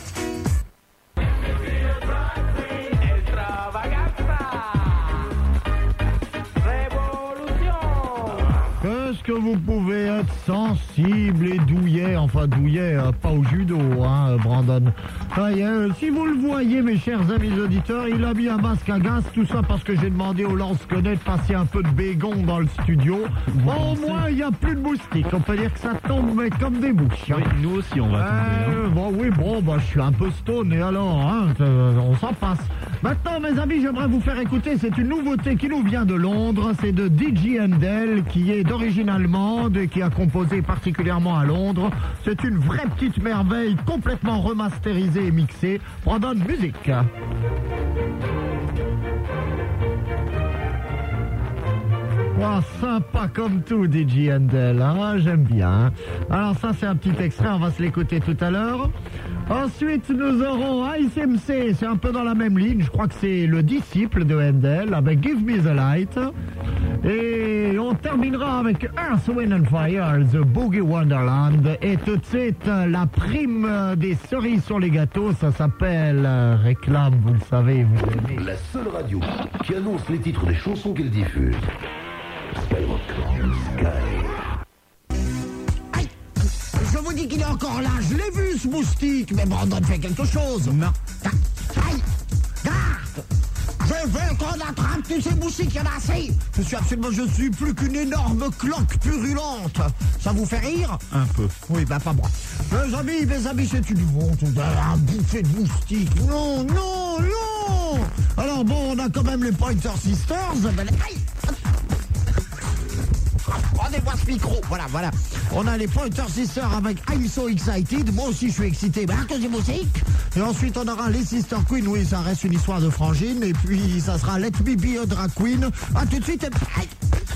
Qu'est-ce que vous pouvez être sensible et douillet, enfin douillet, pas au judo, hein, Brandon. Si vous le voyez, mes chers amis auditeurs, il a mis un masque à gaz, tout ça parce que j'ai demandé au lance-connaît de passer un peu de bégon dans le studio. Bon, au moins, il n'y a plus de moustiques. On peut dire que ça tombe mais comme des bouches. Oui, nous aussi, on va tomber. Bon, je suis un peu stone, et alors, hein, on s'en passe. Maintenant, mes amis, j'aimerais vous faire écouter, c'est une nouveauté qui nous vient de Londres, c'est de DJ Handel, qui est d'origine allemande et qui a composé particulièrement à Londres. C'est une vraie petite merveille, complètement remasterisée et mixée. Brandon, musique. Oh, sympa comme tout, DJ Handel, hein, j'aime bien. Alors ça, c'est un petit extrait, on va se l'écouter tout à l'heure. Ensuite, nous aurons ICMC, c'est un peu dans la même ligne, je crois que c'est le disciple de Handel, avec Give Me the Light. Et on terminera avec Earth, Wind and Fire, The Boogie Wonderland. Et tout de suite, la prime des cerises sur les gâteaux, ça s'appelle Réclame, vous le savez, vous aimez. La seule radio qui annonce les titres des chansons qu'elle diffuse. Skyrock. Sky. Aïe, je vous dis qu'il est encore là, je l'ai vu ce moustique, mais Brandon fait quelque chose. Non. Aïe, garde. Je veux qu'on attrape tous ces moustiques, il y en a assez. Je suis plus qu'une énorme cloque purulente. Ça vous fait rire? Un peu. Oui, ben pas moi. Mes amis, c'est une honte, un bouffée de moustiques. Non. Alors bon, on a quand même les Pointer Sisters. Aïe. Rendez-moi ce micro. Voilà. On a les Pointer Sisters avec I'm So Excited. Moi aussi, je suis excité. Ben, que c'est musique. Et ensuite, on aura les Sister Queen. Oui, ça reste une histoire de frangine. Et puis, ça sera Let Me Be a Drag Queen. A tout de suite. Aïe.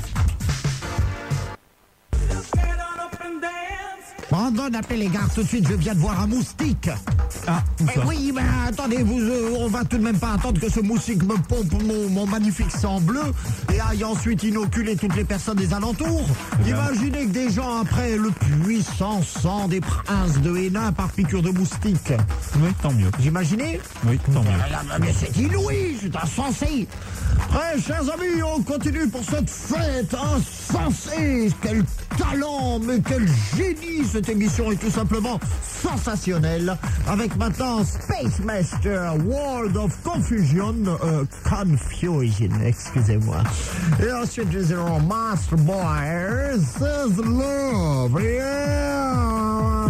Brandon, appelez les gars tout de suite. Je viens de voir un moustique. Ah, Oui, mais attendez, on va tout de même pas attendre que ce moustique me pompe mon magnifique sang bleu et aille ensuite inoculer toutes les personnes des alentours. Imaginez que des gens après le puissant sang des princes de Hénin par piqûre de moustique. oui, tant mieux. Vous imaginez? Oui, tant mieux. Mais c'est inouï, c'est insensé. Très chers amis, on continue pour cette fête insensée. Quel talent, mais quel génie. Cette émission est tout simplement sensationnelle. Avec maintenant Space Master, World of Confusion, excusez-moi. Et ensuite nous aurons Master Boy, Says Love, yeah.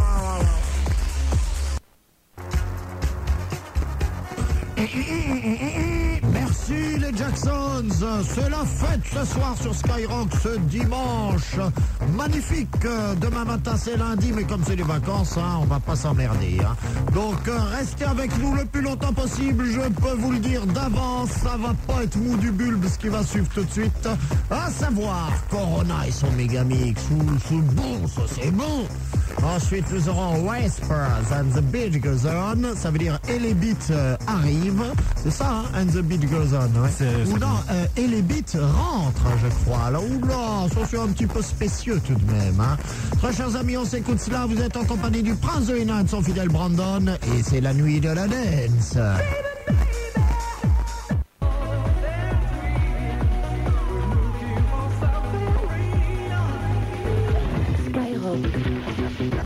Merci les Jacksons, c'est la fête ce soir sur Skyrock ce dimanche. Magnifique, demain matin c'est lundi, mais comme c'est les vacances, hein, on va pas s'emmerder. Hein. Donc restez avec nous le plus longtemps possible, je peux vous le dire d'avance, ça va pas être mou du bulbe ce qui va suivre tout de suite. À savoir Corona et son Megamix, c'est bon, ça c'est bon. Ensuite, nous aurons Whispers and the Beat Goes On. Ça veut dire et les beats arrivent. C'est ça, hein, and the beat goes on. Ouais. Ou non, et les beats rentrent, je crois. Là, oula, ça c'est un petit peu spécieux tout de même. Hein. Très chers amis, on s'écoute cela. Vous êtes en compagnie du prince de Hénin et de son fidèle Brandon. Et c'est la nuit de la dance.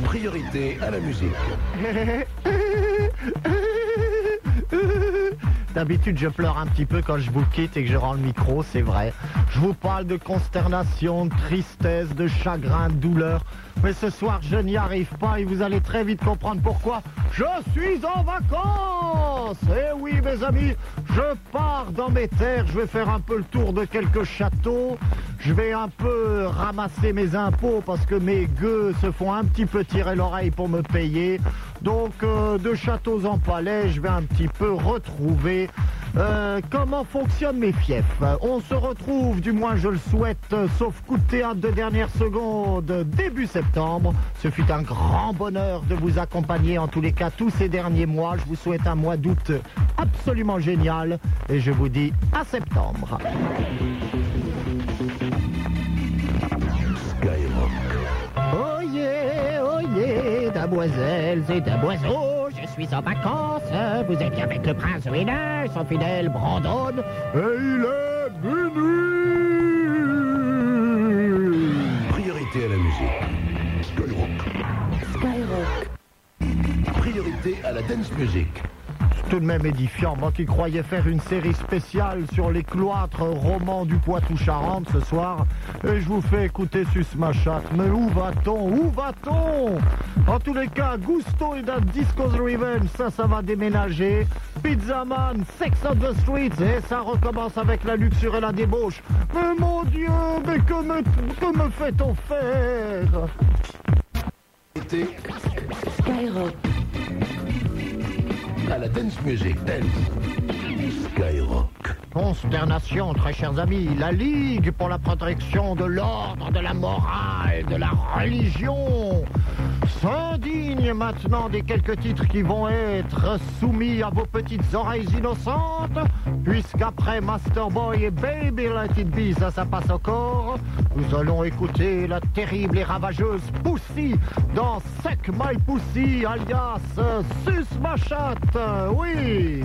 Priorité à la musique. D'habitude, je pleure un petit peu quand je vous quitte et que je rends le micro, c'est vrai. Je vous parle de consternation, de tristesse, de chagrin, de douleur. Mais ce soir, je n'y arrive pas et vous allez très vite comprendre pourquoi. Je suis en vacances! Eh oui, mes amis, je pars dans mes terres. Je vais faire un peu le tour de quelques châteaux. Je vais un peu ramasser mes impôts parce que mes gueux se font un petit peu tirer l'oreille pour me payer. Donc, de châteaux en palais, je vais un petit peu retrouver comment fonctionnent mes fiefs. On se retrouve, du moins je le souhaite, sauf coup de théâtre de dernière seconde, début septembre. Ce fut un grand bonheur de vous accompagner en tous les cas tous ces derniers mois. Je vous souhaite un mois d'août absolument génial et je vous dis à septembre. Oyez, damoiselles et damoiseaux, je suis en vacances. Vous êtes bien avec le prince Winner, son fidèle Brandon, et il est minuit. Priorité à la musique. Skyrock. Priorité à la dance music. Tout de même édifiant, moi qui croyais faire une série spéciale sur les cloîtres romans du Poitou-Charentes ce soir, et je vous fais écouter Sus Machat. Mais où va-t-on? Où va-t-on? En tous les cas, Gusto et that Disco's Revenge, ça va déménager. Pizzaman, Sex on the Streets, et ça recommence avec la luxure et la débauche. Mais mon Dieu, mais que me fait-on faire? Skyrock. À la dance music, dance. Skyrock. Consternation, très chers amis, la Ligue pour la protection de l'ordre, de la morale, de la religion s'indigne maintenant des quelques titres qui vont être soumis à vos petites oreilles innocentes, puisqu'après Master Boy et Baby Let It Be, ça passe encore, nous allons écouter la terrible et ravageuse Pussy dans Suck My Pussy, alias Sus Machat, oui.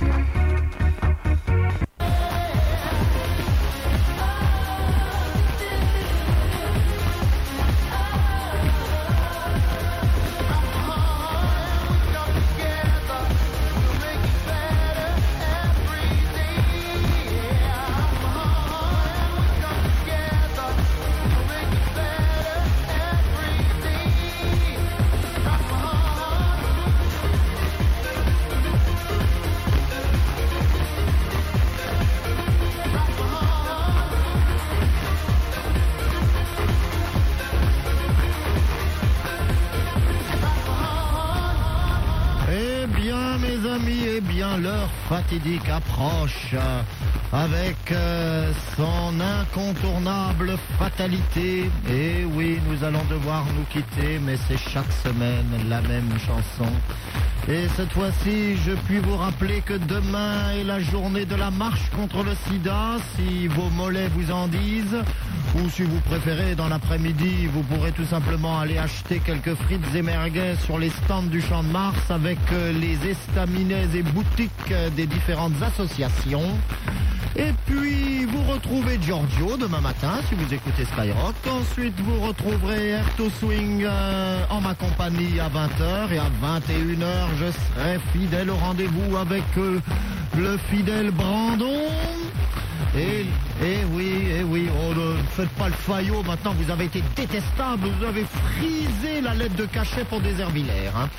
L'heure fatidique approche avec son incontournable fatalité. Et oui, nous allons devoir nous quitter, mais c'est chaque semaine la même chanson. Et cette fois-ci, je puis vous rappeler que demain est la journée de la marche contre le sida, si vos mollets vous en disent. Ou si vous préférez, dans l'après-midi, vous pourrez tout simplement aller acheter quelques frites et merguez sur les stands du Champ de Mars avec les estaminets et boutiques des différentes associations. Et puis, vous retrouvez Giorgio demain matin, si vous écoutez Skyrock. Ensuite, vous retrouverez Erto Swing en ma compagnie à 20h. Et à 21h, je serai fidèle au rendez-vous avec le fidèle Brandon. Et oui, oh, ne faites pas le faillot, maintenant vous avez été détestable, vous avez frisé la lettre de cachet pour Déservillers. Hein.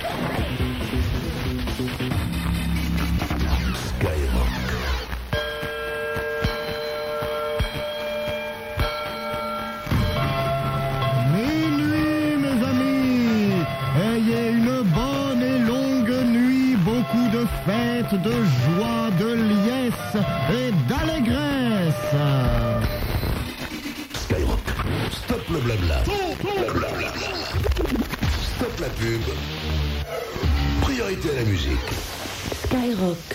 Skyrock. Minuit, mes amis, ayez une bonne et longue nuit, beaucoup de fêtes, de joie, de liesse et d'allégresse. Skyrock. Stop le blabla. Stop la pub. Priorité à la musique. Skyrock.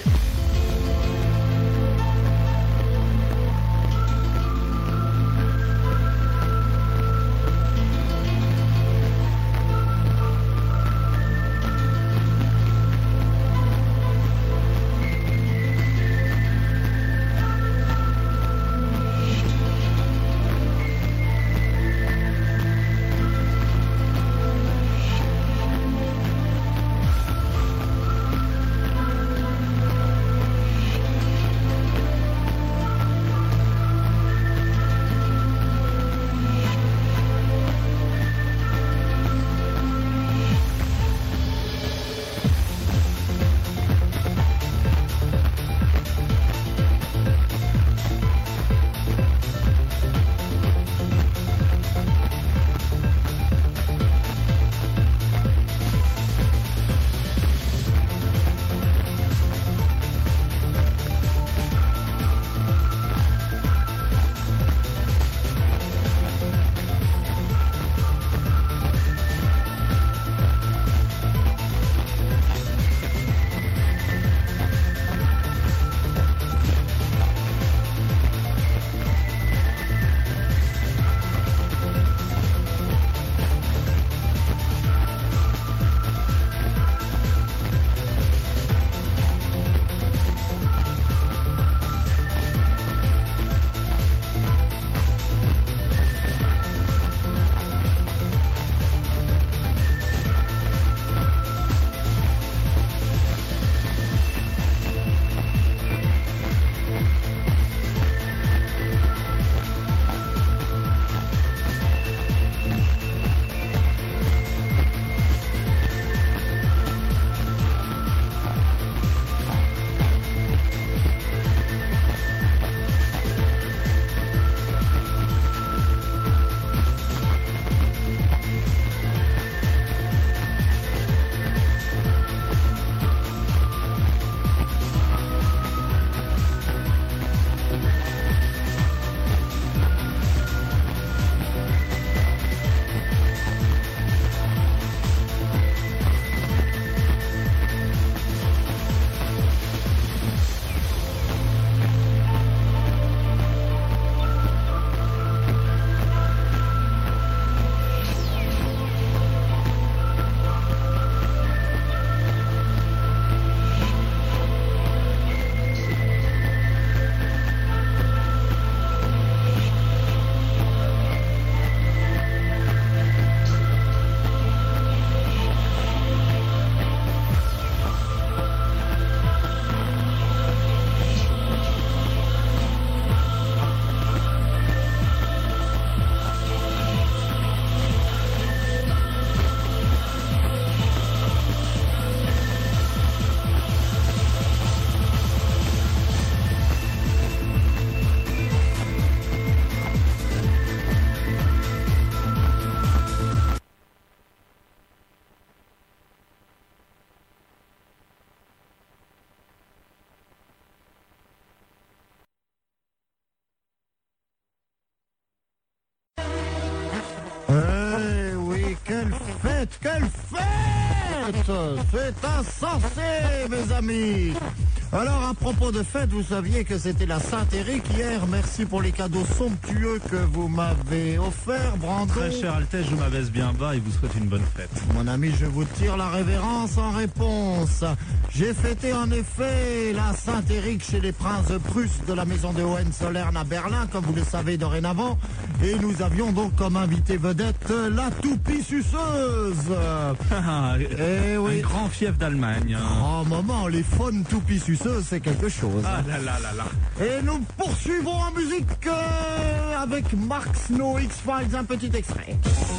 fête! Quelle fête! C'est insensé, mes amis! Alors, à propos de fête, vous saviez que c'était la Saint-Éric hier. Merci pour les cadeaux somptueux que vous m'avez offerts, Brandon. Très cher Altesse, je m'abaisse bien bas et vous souhaite une bonne fête. Mon ami, je vous tire la révérence en réponse. J'ai fêté en effet la Saint-Éric chez les princes prusses de la maison de Hohenzollern à Berlin, comme vous le savez dorénavant. Et nous avions donc comme invité vedette la toupie suceuse. Eh oui. Un grand fief d'Allemagne. En moment, les faunes toupies suceuses, c'est quelque chose. Ah là là là là. Et nous poursuivons en musique avec Mark Snow, X-Files, un petit extrait.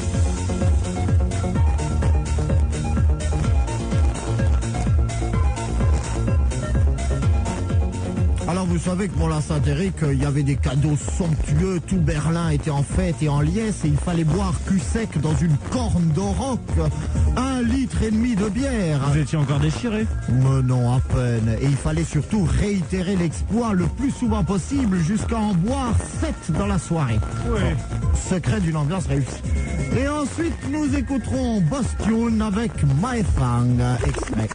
Alors vous savez que pour la Saint-Éric, il y avait des cadeaux somptueux, tout Berlin était en fête et en liesse et il fallait boire cul sec dans une corne d'auroch, 1,5 litre de bière. Vous étiez encore déchiré? Mais non, à peine. Et il fallait surtout réitérer l'exploit le plus souvent possible jusqu'à en boire 7 dans la soirée. Oui. Secret d'une ambiance réussie. Et ensuite, nous écouterons Boss Tune avec My Thang, extrait.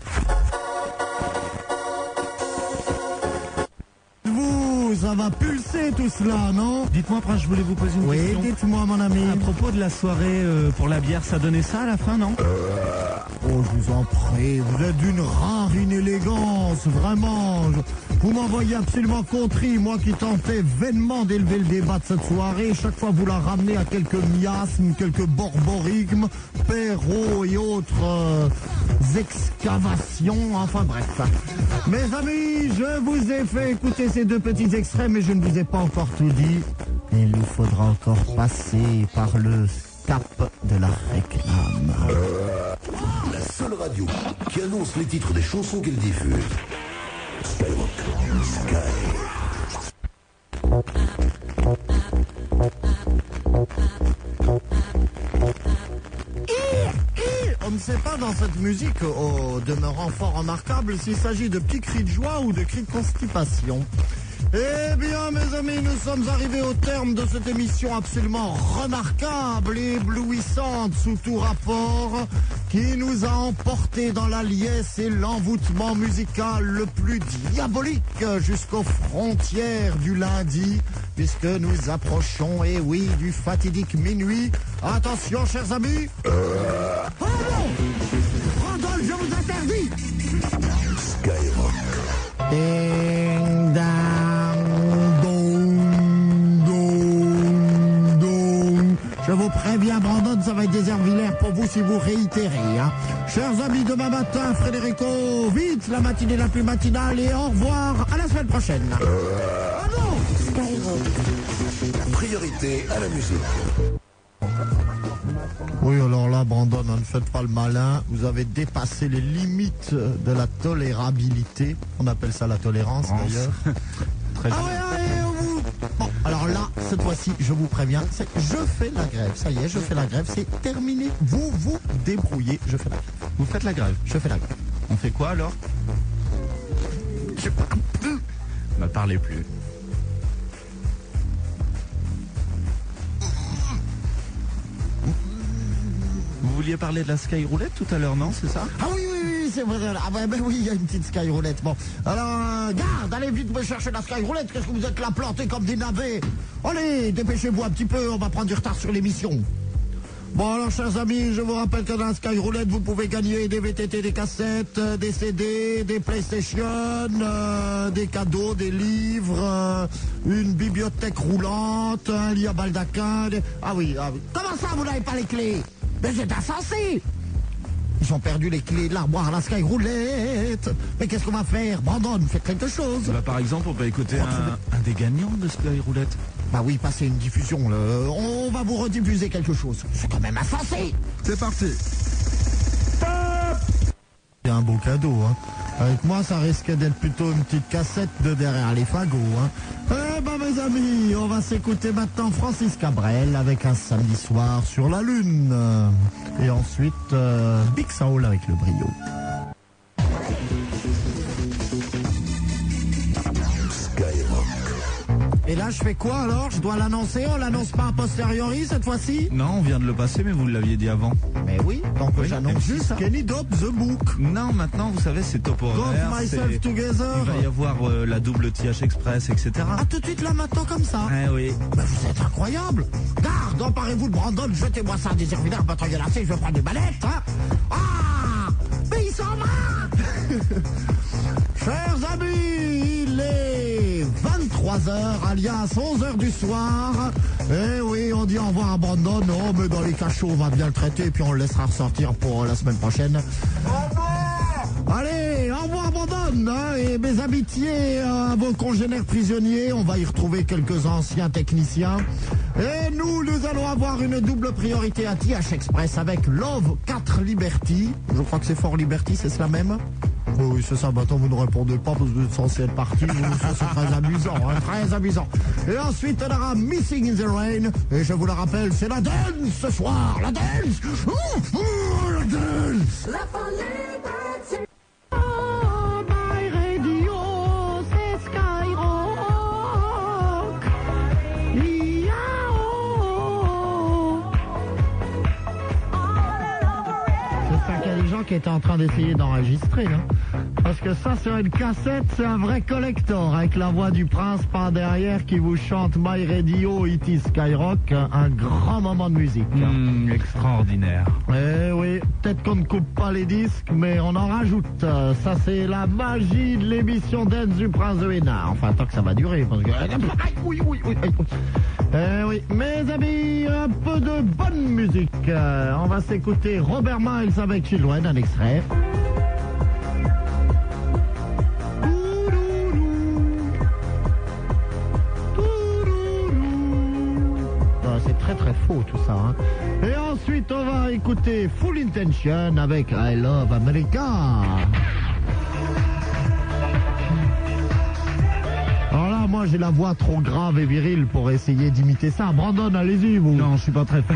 Ça va pulser tout cela, non? Dites-moi, Prince, je voulais vous poser une question. Oui, dites-moi, mon ami. À propos de la soirée pour la bière, ça donnait ça à la fin, non? Oh, je vous en prie, vous êtes d'une rare inélégance, vraiment. Vous m'envoyez absolument contrit, moi qui tentais vainement d'élever le débat de cette soirée. Chaque fois, vous la ramenez à quelques miasmes, quelques borborigmes, Perrault et autres excavations, enfin bref. Mes amis, je vous ai fait écouter ces 2 petits extraits, mais je ne vous ai pas encore tout dit. Il nous faudra encore passer par le cap de la réclame. La seule radio qui annonce les titres des chansons qu'elle diffuse. Skyrock. Sky. On ne sait pas dans cette musique, au demeurant fort remarquable, s'il s'agit de petits cris de joie ou de cris de constipation. Eh bien, mes amis, nous sommes arrivés au terme de cette émission absolument remarquable et éblouissante sous tout rapport, qui nous a emportés dans la liesse et l'envoûtement musical le plus diabolique jusqu'aux frontières du lundi, puisque nous approchons, eh oui, du fatidique minuit. Attention, chers amis. Oh non! Randolph, je vous interdis! Skyrock. Ding, dang, dong, dong, dong. Je vous préviens, Brandon, ça va être déservilaire pour vous si vous réitérez. Hein. Chers amis, demain matin, Frédérico, vite, la matinée la plus matinale et au revoir, à la semaine prochaine. Ah non! Skyrock. Priorité à la musique. Oui, alors là, Brandon, ne faites pas le malin. Vous avez dépassé les limites de la tolérabilité. On appelle ça la tolérance, d'ailleurs. Très bien. Ah ouais, bon, alors là, cette fois-ci, je vous préviens, je fais la grève. Ça y est, je fais la grève. C'est terminé. Vous vous débrouillez. Je fais la grève. Vous faites la grève? Je fais la grève. On fait quoi alors? Je parle plus. Ne parlez plus. Vous vouliez parler de la Sky Roulette tout à l'heure, non? C'est ça? Ah oui, oui, oui, c'est vrai. Ah ben oui, il y a une petite Sky Roulette. Bon, alors, garde, allez vite me chercher la Sky Roulette. Qu'est-ce que vous êtes là plantés comme des navets? Allez, dépêchez-vous un petit peu, on va prendre du retard sur l'émission. Bon, alors, chers amis, je vous rappelle que dans la Sky Roulette, vous pouvez gagner des VTT, des cassettes, des CD, des PlayStation, des cadeaux, des livres, une bibliothèque roulante, un lit à baldaquin. Ah oui, ah oui. Comment ça, vous n'avez pas les clés? Mais c'est insensé! Ils ont perdu les clés de l'armoire à la Sky Roulette. Mais qu'est-ce qu'on va faire? Brandon, faites quelque chose. Bah, par exemple, on peut écouter un des gagnants de Sky Roulette. Bah oui, passez une diffusion. On va vous rediffuser quelque chose. C'est quand même insensé. C'est parti. C'est un beau cadeau, hein. Avec moi, ça risquait d'être plutôt une petite cassette de derrière les fagots, hein. Eh ben, mes amis, on va s'écouter maintenant Francis Cabrel avec Un samedi soir sur la lune. Et ensuite, Big Soul avec Le Brio. Skyrock. Et là, je fais quoi alors? Je dois l'annoncer? On l'annonce pas a posteriori cette fois-ci? Non, on vient de le passer, mais vous l'aviez dit avant. Mais oui, donc Oui, j'annonce juste ça. Kenny Dope The Book. Non, maintenant, vous savez, c'est top horaire. Got Myself Il Together. va y avoir la double TH Express, etc. Ah, tout de suite là maintenant comme ça? Ah oui. Mais vous êtes incroyable! Garde, emparez-vous de Brandon, jetez-moi ça à des serviteurs, votre gueule assez, je vais prendre des ballettes, hein! Ah! Mais il s'en va! Chers amis, il est 23h, alias 11h du soir. Eh oui, on dit au revoir à Brandon. Oh, mais dans les cachots, on va bien le traiter, puis on le laissera ressortir pour la semaine prochaine. Au revoir! Allez, au revoir Brandon, hein, et mes amitiés à vos congénères prisonniers. On va y retrouver quelques anciens techniciens. Et nous allons avoir une double priorité à TH Express avec Love 4 Liberty. Je crois que c'est Fort Liberty, c'est cela même? Oui, c'est ça. Maintenant, vous ne répondez pas parce que vous êtes censé être parti. Ça, c'est très amusant, hein, très amusant. Et ensuite, on aura Missing in the Rain. Et je vous le rappelle, c'est la dance ce soir. La dance. La dance. La folie. Oh, my radio, c'est Skyrock. C'est ça qu'il y a des gens qui étaient en train d'essayer d'enregistrer, hein. Parce que ça, sur une cassette, c'est un vrai collector, avec la voix du prince par derrière qui vous chante My Radio, It is Skyrock, un grand moment de musique. Extraordinaire. Eh oui, peut-être qu'on ne coupe pas les disques, mais on en rajoute. Ça, c'est la magie de l'émission Dance du Prince de Hénin. Enfin, tant que ça va durer, parce que... Oui. Eh oui, mes amis, un peu de bonne musique. On va s'écouter Robert Miles avec Children, un extrait. C'est très très faux tout ça, hein. Et ensuite on va écouter Full Intention avec I Love America. Alors là, moi j'ai la voix trop grave et virile pour essayer d'imiter ça. Brandon, allez-y vous. Non, je suis pas très fort.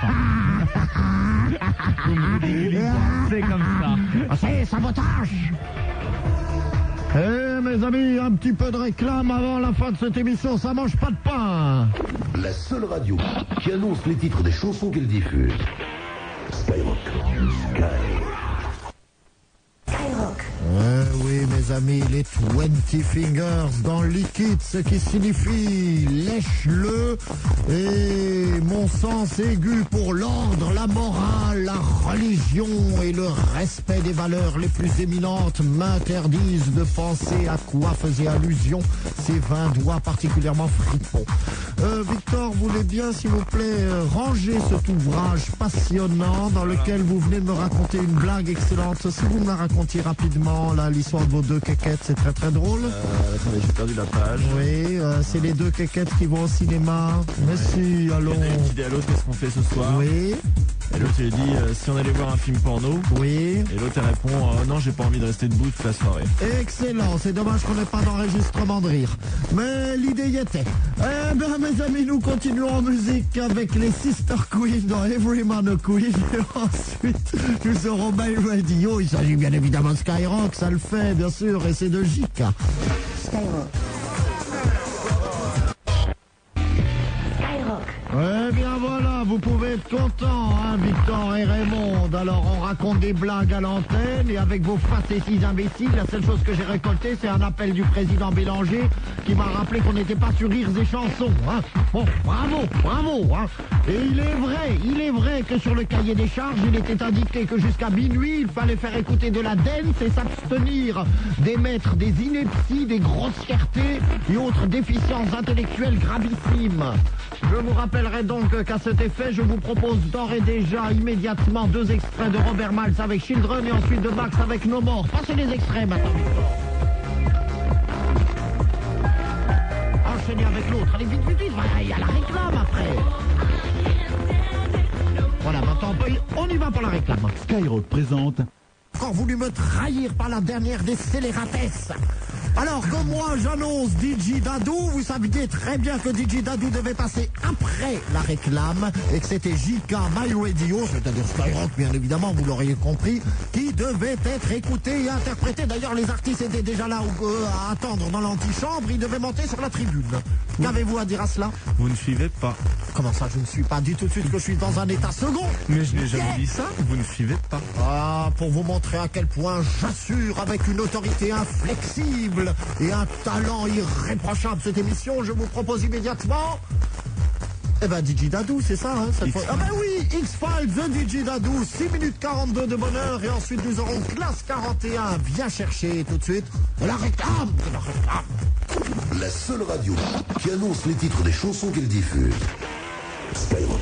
C'est comme ça. Ah, c'est sabotage. Eh mes amis, un petit peu de réclame avant la fin de cette émission, ça mange pas de pain. La seule radio qui annonce les titres des chansons qu'elle diffuse. Skyrock. Skyrock. Oui, mes amis, les 20 fingers dans le liquide, ce qui signifie lèche-le. Et mon sens aigu pour l'ordre, la morale, la religion et le respect des valeurs les plus éminentes m'interdisent de penser à quoi faisaient allusion ces 20 doigts particulièrement fripons. Victor, voulez bien, s'il vous plaît, ranger cet ouvrage passionnant dans lequel vous venez de me raconter une blague excellente. Si vous me la racontiez rapidement, là, l'histoire de vos deux quéquettes, c'est très très drôle. Attendez, j'ai perdu la page. Oui, c'est les deux quéquettes qui vont au cinéma. Mais si, allons. Il y en a une qui dit à l'autre qu'est-ce qu'on fait ce soir. Oui, Et l'autre il dit si on allait voir un film porno. oui. Et l'autre elle répond non, j'ai pas envie de rester debout toute la soirée. Excellent, c'est dommage qu'on n'ait pas d'enregistrement de rire. Mais l'idée y était. Eh bien, mes amis, nous continuons en musique avec les Sister Queen dans Every Man a Queen. Et ensuite, nous aurons My Radio. Il s'agit bien évidemment de Skyrock, ça le fait, bien sûr, et c'est de JK. Skyrock. Skyrock. Eh bien voilà, vous pouvez être contents, hein, Victor et Raymond. Alors on raconte des blagues à l'antenne et avec vos facéties imbéciles, la seule chose que j'ai récoltée, c'est un appel du président Bélanger qui m'a rappelé qu'on n'était pas sur Rires et Chansons. Hein. Bon, bravo. Hein. Et il est vrai que sur le cahier des charges, il était indiqué que jusqu'à minuit, il fallait faire écouter de la dance et s'abstenir d'émettre des inepties, des grossièretés et autres déficiences intellectuelles gravissimes. Je vous rappellerai donc qu'à cet effet, je vous propose d'ores et déjà immédiatement 2 extraits de Robert Miles avec Children et ensuite de Max avec No More. Passez les extraits maintenant. Enchaînez avec l'autre. Allez, vite. Voilà, il y a la réclame après. Voilà, maintenant on y va pour la réclame. Skyrock présente Encore voulu me trahir par la dernière des scélératesses. Alors que moi j'annonce DJ Dadou, vous saviez très bien que DJ Dadou devait passer après la réclame et que c'était JK My Radio, c'est-à-dire Skyrock bien évidemment, vous l'auriez compris, qui devait être écouté et interprété. D'ailleurs les artistes étaient déjà là à attendre dans l'antichambre, ils devaient monter sur la tribune. Qu'avez-vous à dire à cela? Vous ne suivez pas. Comment ça je ne suis pas? Dit tout de suite que je suis dans un état second. Mais je n'ai jamais dit ça, vous ne suivez pas. Ah, pour vous montrer à quel point j'assure avec une autorité inflexible et un talent irréprochable cette émission, je vous propose immédiatement... Eh ben DJ Dadou, c'est ça, hein, cette fois. Ah ben oui, X-Files de DJ Dadou, 6 minutes 42 de bonheur, et ensuite nous aurons Classe 41, viens chercher tout de suite de la réclame, de la réclame. La seule radio qui annonce les titres des chansons qu'elle diffuse. Skyrock.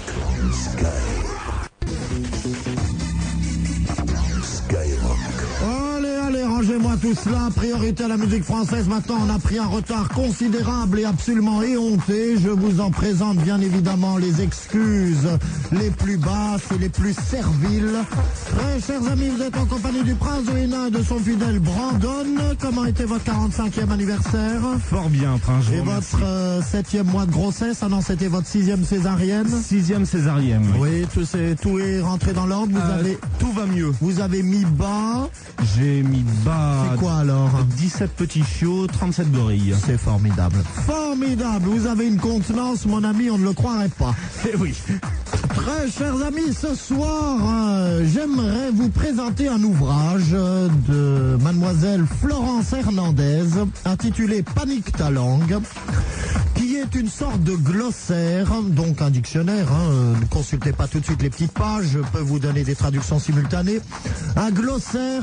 Skyrock. Allez, rangez-moi tout cela. Priorité à la musique française. Maintenant, on a pris un retard considérable et absolument éhonté. Je vous en présente bien évidemment les excuses les plus basses et les plus serviles. Très chers amis, vous êtes en compagnie du prince Hénin et de son fidèle Brandon. Comment était votre 45e anniversaire? Fort bien, prince. Et votre 7e mois de grossesse? Ah non, c'était votre 6e césarienne? 6e césarienne. Oui, tout est rentré dans l'ordre. Tout va mieux. Vous avez mis bas. J'ai mis bas. C'est quoi alors? 17 petits chiots, 37 gorilles. C'est formidable. Formidable. Vous avez une contenance, mon ami, on ne le croirait pas. Eh oui. Très chers amis, ce soir, j'aimerais vous présenter un ouvrage de mademoiselle Florence Hernandez intitulé Panique ta langue, qui est une sorte de glossaire, donc un dictionnaire, ne consultez pas tout de suite les petites pages, je peux vous donner des traductions simultanées. Un glossaire,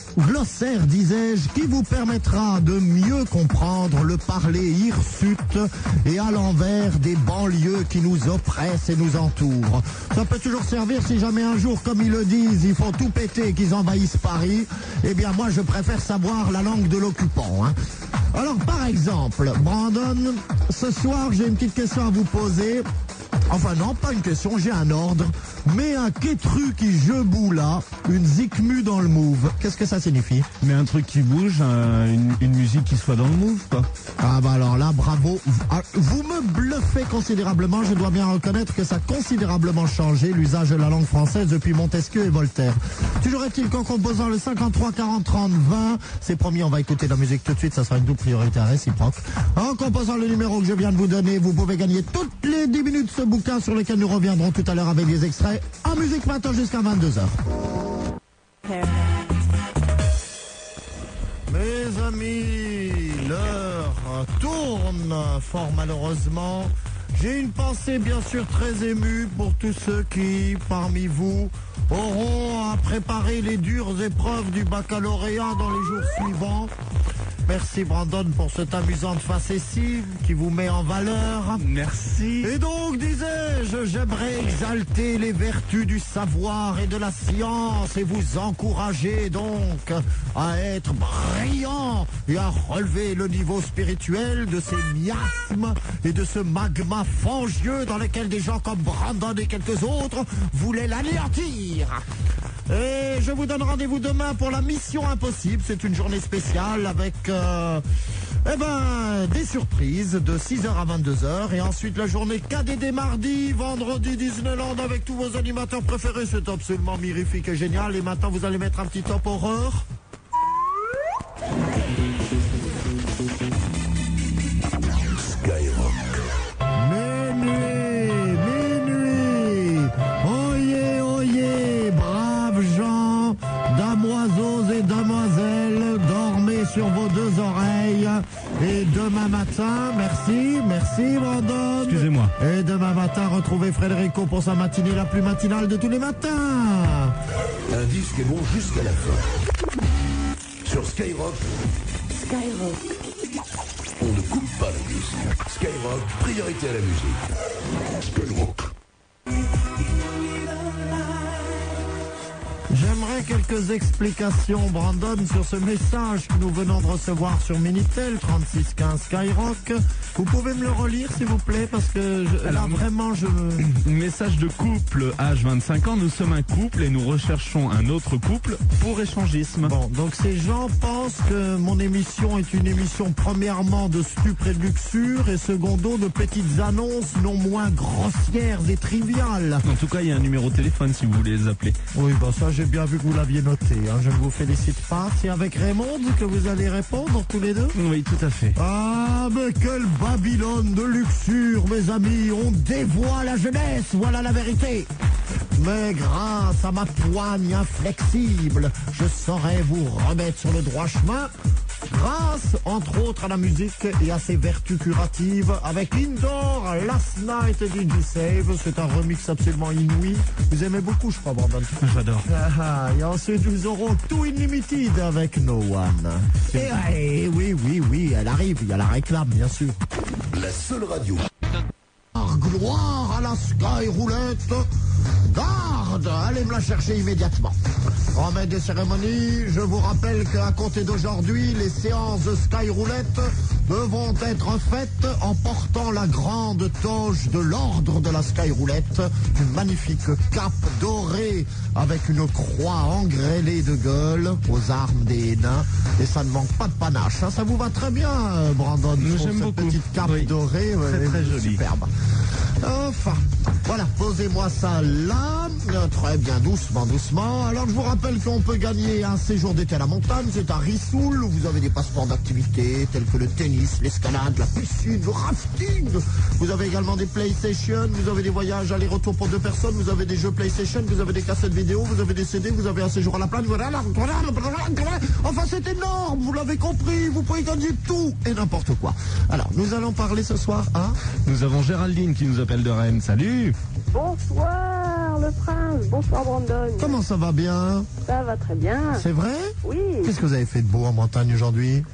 disais-je, qui vous permettra de mieux comprendre le parler hirsute et à l'envers des banlieues qui nous oppressent et nous entourent. Ça peut toujours servir si jamais un jour, comme ils le disent, il faut tout péter et qu'ils envahissent Paris. Eh bien moi je préfère savoir la langue de l'occupant. Alors par exemple, Brandon, ce soir j'ai une petite question à vous poser. Enfin non, pas une question, j'ai un ordre. Mais un quetru qui je boula, une zikmu dans le move. Qu'est-ce que ça signifie? Mais un truc qui bouge, une musique qui soit dans le move, quoi. Ah bah alors là, bravo. Vous me bluffez considérablement, je dois bien reconnaître que ça a considérablement changé l'usage de la langue française depuis Montesquieu et Voltaire. Toujours est-il qu'en composant le 53 40 30 20, c'est promis, on va écouter de la musique tout de suite, ça sera une double priorité réciproque. En composant le numéro que je viens de vous donner, vous pouvez gagner toutes les 10 minutes ce bouquin sur lequel nous reviendrons tout à l'heure avec des extraits en musique maintenant jusqu'à 22h. Mes amis, l'heure tourne fort malheureusement. J'ai une pensée bien sûr très émue pour tous ceux qui, parmi vous, auront à préparer les dures épreuves du baccalauréat dans les jours suivants. Merci Brandon pour cette amusante facétie qui vous met en valeur. Merci. Et donc, disais-je, j'aimerais exalter les vertus du savoir et de la science et vous encourager donc à être brillant et à relever le niveau spirituel de ces miasmes et de ce magma fangieux dans lequel des gens comme Brandon et quelques autres voulaient l'anéantir. Et je vous donne rendez-vous demain pour la Mission Impossible. C'est une journée spéciale avec des surprises de 6h à 22h. Et ensuite la journée KDD mardi, vendredi Disneyland avec tous vos animateurs préférés. C'est absolument mirifique et génial. Et maintenant vous allez mettre un petit top horreur. Skyrock. Damoiseaux et damoiselles, dormez sur vos deux oreilles. Et demain matin, merci Brandon. Excusez-moi. Et demain matin, retrouvez Frédérico pour sa matinée la plus matinale de tous les matins. Un disque est bon jusqu'à la fin. Sur Skyrock, on ne coupe pas la musique. Skyrock, priorité à la musique. Skyrock. J'aimerais quelques explications, Brandon, sur ce message que nous venons de recevoir sur Minitel 3615 Skyrock. Vous pouvez me le relire, s'il vous plaît, parce que là, vraiment, je... Message de couple, âge 25 ans, nous sommes un couple et nous recherchons un autre couple pour échangisme. Bon, donc ces gens pensent que mon émission est une émission premièrement de stupre et de luxure et secondo de petites annonces non moins grossières et triviales. En tout cas, il y a un numéro de téléphone si vous voulez les appeler. Oui, bah ça j'ai bien vu que vous l'aviez noté, hein. Je ne vous félicite pas. C'est avec Raymond que vous allez répondre tous les deux? Oui, tout à fait. Ah, mais quelle Babylone de luxure, mes amis. On dévoie la jeunesse, voilà la vérité. Mais grâce à ma poigne inflexible, je saurai vous remettre sur le droit chemin. Grâce, entre autres, à la musique et à ses vertus curatives, avec Indoor, Last Night et DJ Save. C'est un remix absolument inouï. Vous aimez beaucoup, je crois, Brandon. J'adore. Et ensuite, nous aurons Too Unlimited avec No One. Et oui, elle arrive. Il y a la réclame, bien sûr. La seule radio. Gloire à la Sky Roulette. Garde, allez me la chercher immédiatement. En maître des cérémonies, je vous rappelle qu'à compter d'aujourd'hui, les séances de Sky Roulette devront être faites en portant la grande toge de l'ordre de la Sky Roulette, une magnifique cape dorée avec une croix engrêlée de gueule aux armes des nains. Et ça ne manque pas de panache. Hein. Ça vous va très bien, Brandon. J'aime beaucoup. Cette petite cape dorée, Très, très jolie. superbe. Enfin, voilà, posez-moi ça là. Très bien, doucement, doucement. Alors, je vous rappelle qu'on peut gagner un séjour d'été à la montagne. C'est à Rissoul, où vous avez des passeports d'activité tels que le tennis, l'escalade, la piscine, le rafting. Vous avez également des PlayStation, vous avez des voyages aller-retour pour 2 personnes, vous avez des jeux PlayStation, vous avez des cassettes vidéo, vous avez des CD, vous avez un séjour à la plage. Voilà. Enfin, c'est énorme, vous l'avez compris. Vous pouvez gagner tout et n'importe quoi. Alors, nous allons parler ce soir, hein. Nous avons Géraldine qui nous appelle de Rennes. Salut. Bonsoir le prince, bonsoir Brandon. Comment ça va bien? Ça va très bien. C'est vrai? Oui. Qu'est-ce que vous avez fait de beau en montagne aujourd'hui?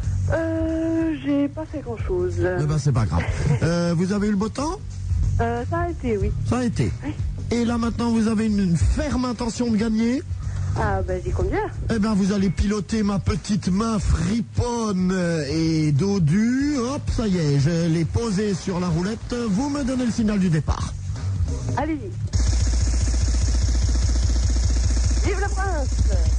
J'ai pas fait grand chose. Eh ben, c'est pas grave. Vous avez eu le beau temps? Ça a été, oui. Ça a été. Oui. Et là maintenant, vous avez une ferme intention de gagner? Ah ben j'y compte bien. Eh bien, vous allez piloter ma petite main friponne et dodue. Hop, ça y est, je l'ai posée sur la roulette. Vous me donnez le signal du départ. Allez-y. Vive le prince.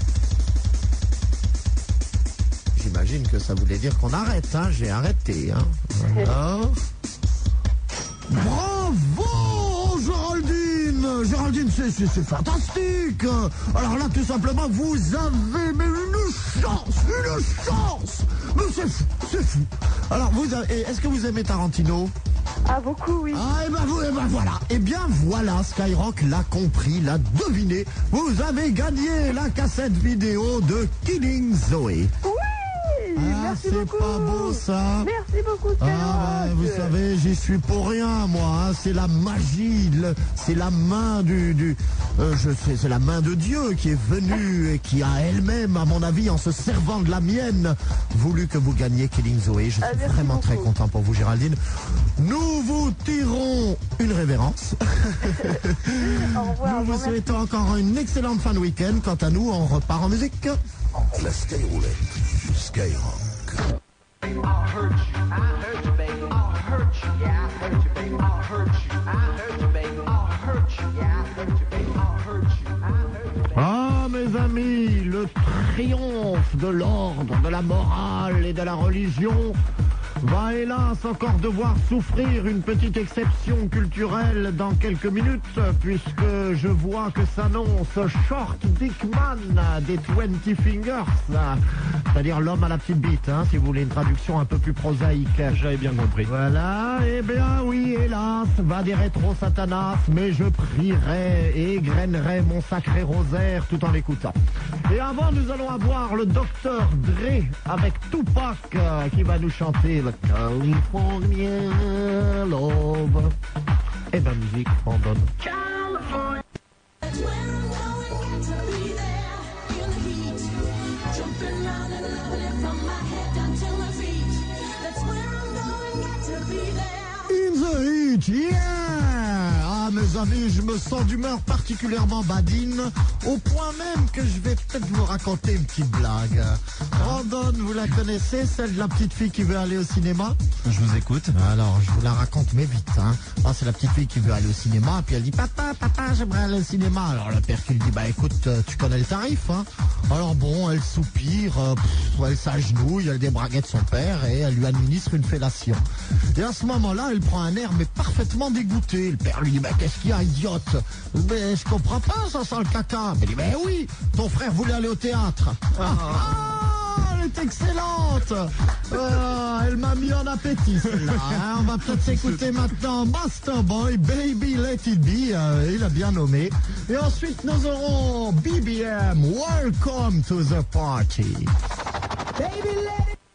J'imagine que ça voulait dire qu'on arrête, hein. J'ai arrêté, hein. Voilà. Bravo, Géraldine! Géraldine, c'est fantastique! Alors là, tout simplement, vous avez mais une chance! Mais c'est fou! Alors, est-ce que vous aimez Tarantino? Ah beaucoup, oui. Ah, et ben voilà! Eh bien voilà, Skyrock l'a compris, l'a deviné. Vous avez gagné la cassette vidéo de Killing Zoe. Oui. Ah, Merci c'est beaucoup. pas beau ça! Merci beaucoup, Ah, Skyrock. vous savez, j'y suis pour rien, moi. Hein. C'est la magie, c'est la main c'est la main de Dieu qui est venue et qui a elle-même, à mon avis, en se servant de la mienne, voulu que vous gagniez Killing Zoe. Je suis merci vraiment beaucoup. très content pour vous, Géraldine. Nous vous tirons une révérence. Au revoir. Nous vous souhaitons encore une excellente fin de week-end. Quant à nous, on repart en musique. La Sky Roulette. Skyrock. Ah, mes amis, le triomphe de l'ordre, de la morale et de la religion va hélas encore devoir souffrir une petite exception culturelle dans quelques minutes, puisque je vois que s'annonce Short Dickman des 20 Fingers, c'est-à-dire l'homme à la petite bite, hein, si vous voulez une traduction un peu plus prosaïque. J'avais bien compris. Voilà, eh bien oui, hélas, va des rétro Satanas, mais je prierai et égrainerai mon sacré rosaire tout en l'écoutant. Et avant, nous allons avoir le Dr Dre avec Tupac qui va nous chanter le California Love. Eh ben musique, on donne. In the heat, yeah! là, mes amis, je me sens d'humeur particulièrement badine, au point même que je vais peut-être vous raconter une petite blague. Brandon, vous la connaissez, celle de la petite fille qui veut aller au cinéma? Je vous écoute. Alors, je vous la raconte, mais vite. Ah, c'est la petite fille qui veut aller au cinéma, puis elle dit, papa, j'aimerais aller au cinéma. Alors le père qui lui dit, bah écoute, tu connais le tarif, hein. Alors bon, elle soupire, elle s'agenouille, elle débraguette son père et elle lui administre une fellation. Et à ce moment-là, elle prend un air mais parfaitement dégoûté. Le père lui dit, bah qu'est-ce qu'il y a, idiote? Mais je comprends pas, ça sent le caca. Elle dit, mais oui, ton frère voulait aller au théâtre. Elle est excellente. Elle m'a mis en appétit, celle-là. On va peut-être s'écouter maintenant Master Boy, Baby Let It Be. Il a bien nommé. Et ensuite, nous aurons BBM, Welcome to the Party. Baby Let It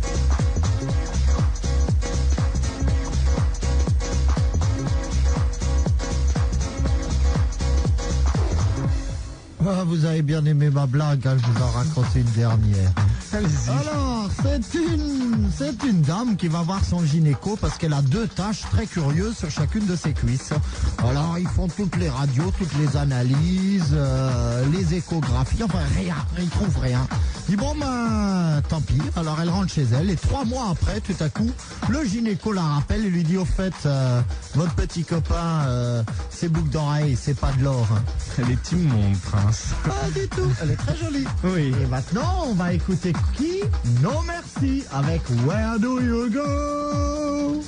Ah, vous avez bien aimé ma blague, hein, je vous en raconte une dernière. Alors, c'est une dame qui va voir son gynéco parce qu'elle a 2 taches très curieuses sur chacune de ses cuisses. Alors, ils font toutes les radios, toutes les analyses, les échographies, enfin rien, ils trouvent rien. Il dit bon ben, tant pis. Alors elle rentre chez elle et 3 mois après, tout à coup, le gynéco la rappelle et lui dit au fait, votre petit copain, ses boucles d'oreilles, c'est pas de l'or. Hein. Elle est immonde, Prince. Pas du tout, elle est très jolie. Oui. Et maintenant, on va écouter qui? Non merci, avec Where Do You Go?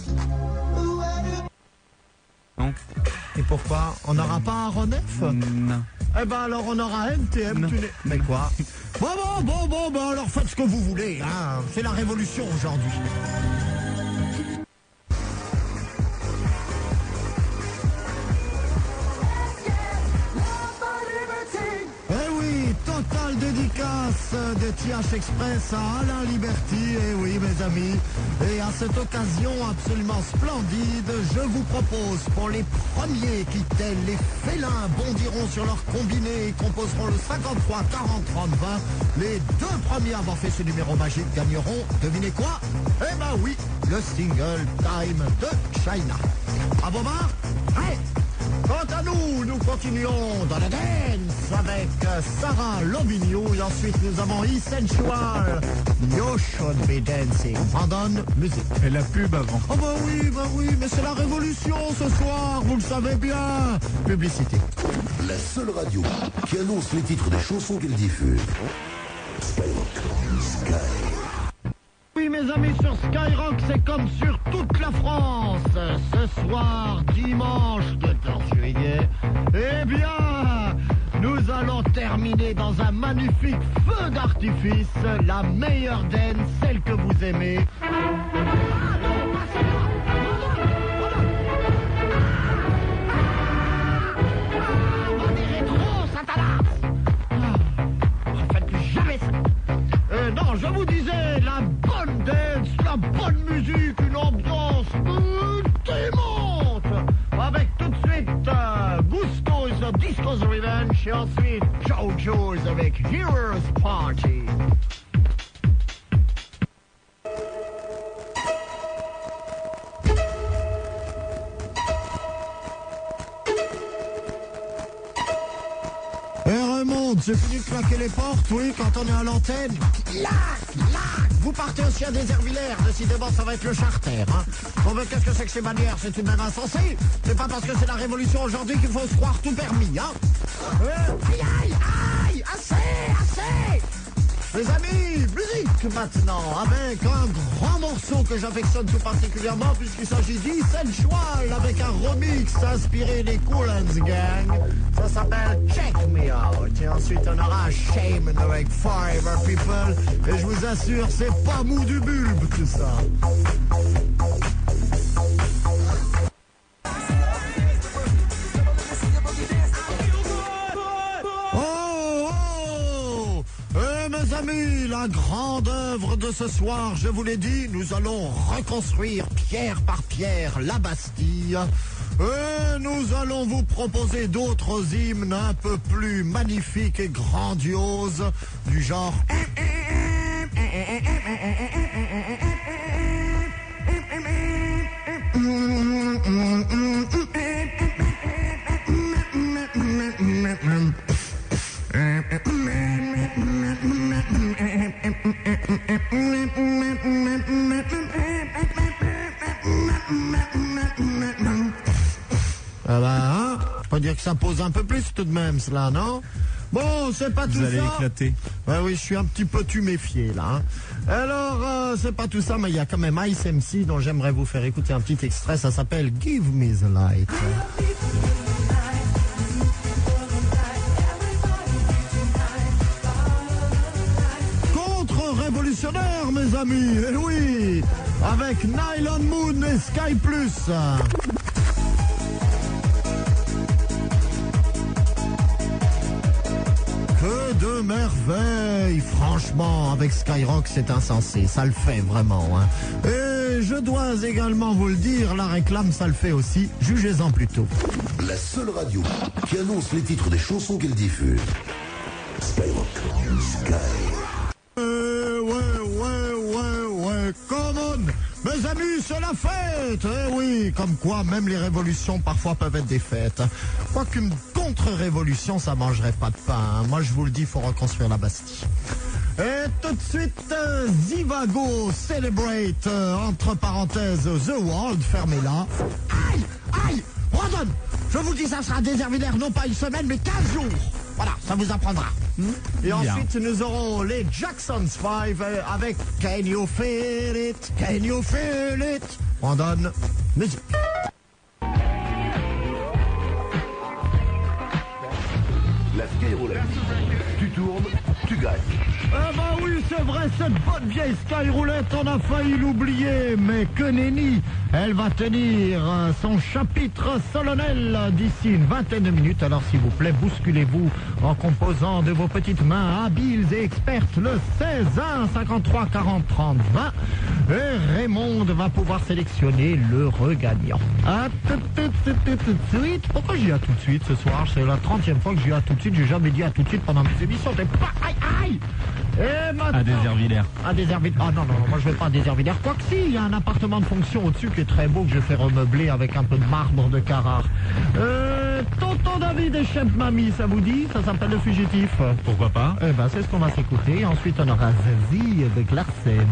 Non. Et pourquoi? On n'aura pas un Ronef? Non. Eh ben alors on aura NTM. Non. Mais quoi? Bon, alors faites ce que vous voulez, hein. C'est la révolution aujourd'hui. Eh oui, totale dédicace de TH Express à Alain Liberty, eh oui mes amis. Et à cette occasion absolument splendide, je vous propose pour les premiers qui, tels les félins, bondiront sur leur combiné et composeront le 53 40 30 20, les 2 premiers à avoir fait ce numéro magique gagneront, devinez quoi? Eh ben oui, le single Time de China. À Bobard? Hey! Quant à nous, nous continuons dans la dance avec Sarah Lobigno et ensuite nous avons Essential, You Should Be Dancing. Brandon, musique. Et la pub avant. Oh bah oui, mais c'est la révolution ce soir, vous le savez bien. Publicité. La seule radio qui annonce les titres des chansons qu'elle diffuse. Skyrock. Sky. Oui mes amis, sur Skyrock, c'est comme sur toute la France. Ce soir, dimanche 14 juillet, eh bien, nous allons terminer dans un magnifique feu d'artifice, la meilleure dance, celle que vous aimez. Non, je vous disais, la bonne dance, la bonne musique, une ambiance démente. Avec tout de suite Gusto's Disco's Revenge et ensuite JoJo's avec Heroes Party. J'ai fini de claquer les portes, oui, quand on est à l'antenne. Là, vous partez aussi à Déservillers, décidément ça va être le charter. Hein. Bon, mais qu'est-ce que c'est que ces manières? C'est tout de même insensé. C'est pas parce que c'est la révolution aujourd'hui qu'il faut se croire tout permis, hein. Aïe, assez. Les amis, musique maintenant, avec un grand morceau que j'affectionne tout particulièrement puisqu'il s'agit d'Essential avec un remix inspiré des Kool & Gang. Ça s'appelle Check Me Out. Et ensuite on aura Shame avec Forever People. Et je vous assure, c'est pas mou du bulbe tout ça. Mes amis, la grande œuvre de ce soir, je vous l'ai dit, nous allons reconstruire pierre par pierre la Bastille. Et nous allons vous proposer d'autres hymnes un peu plus magnifiques et grandioses, du genre... Ah bah, hein, je peux dire que ça pose un peu plus tout de même, cela, non? Bon, c'est pas tout ça. Vous allez éclater. Ouais, oui, je suis un petit peu tuméfié, là. Hein. Alors, c'est pas tout ça, mais il y a quand même Ice MC dont j'aimerais vous faire écouter un petit extrait. Ça s'appelle Give Me the Light. Contre-révolutionnaire, mes amis, et oui, avec Nylon Moon et Sky Plus. Que de merveilles, franchement, avec Skyrock c'est insensé, ça le fait vraiment. Hein. Et je dois également vous le dire, la réclame ça le fait aussi, jugez-en plutôt. La seule radio qui annonce les titres des chansons qu'elle diffuse. Skyrock. Sky. Ouais, come on. Mes amis, c'est la fête. Eh oui, comme quoi même les révolutions parfois peuvent être des fêtes. Quoiqu'une contre-révolution, ça mangerait pas de pain. Hein. Moi, je vous le dis, il faut reconstruire la Bastille. Et tout de suite, Zivago, Celebrate, entre parenthèses, The World, fermez-la. Aïe, Brandon, je vous dis, ça sera à Déservillers, non pas une semaine, mais 15 jours. Voilà, ça vous apprendra. Et ensuite, nous aurons les Jacksons 5 avec Can You Feel It? Can You Feel It? Brandon, musique. La Skyroulette. Tu tournes, tu gagnes. Eh ben oui, c'est vrai, cette bonne vieille Skyroulette, on a failli l'oublier, mais que nenni, elle va tenir son chapitre solennel d'ici une vingtaine de minutes. Alors s'il vous plaît, bousculez-vous en composant de vos petites mains habiles et expertes le 16 1 53 40 30 20 et Raymond va pouvoir sélectionner le regagnant. À tout de suite. Pourquoi j'ai à tout de suite ce soir? C'est la 30e fois que j'ai à tout de suite, j'ai jamais dit à tout de suite pendant mes émissions. T'es pas... Aïe. Et maintenant... À Déservillers. À Déservillers. Ah non, moi je vais pas à Déservillers. Quoique si, il y a un appartement de fonction au-dessus qui est très beau, que je fais remeubler avec un peu de marbre de Carrare. Tonton David et Chef Mamie, ça vous dit? Ça s'appelle Le Fugitif. Pourquoi pas? Eh ben, c'est ce qu'on va s'écouter. Ensuite, on aura Zazie avec Larsen.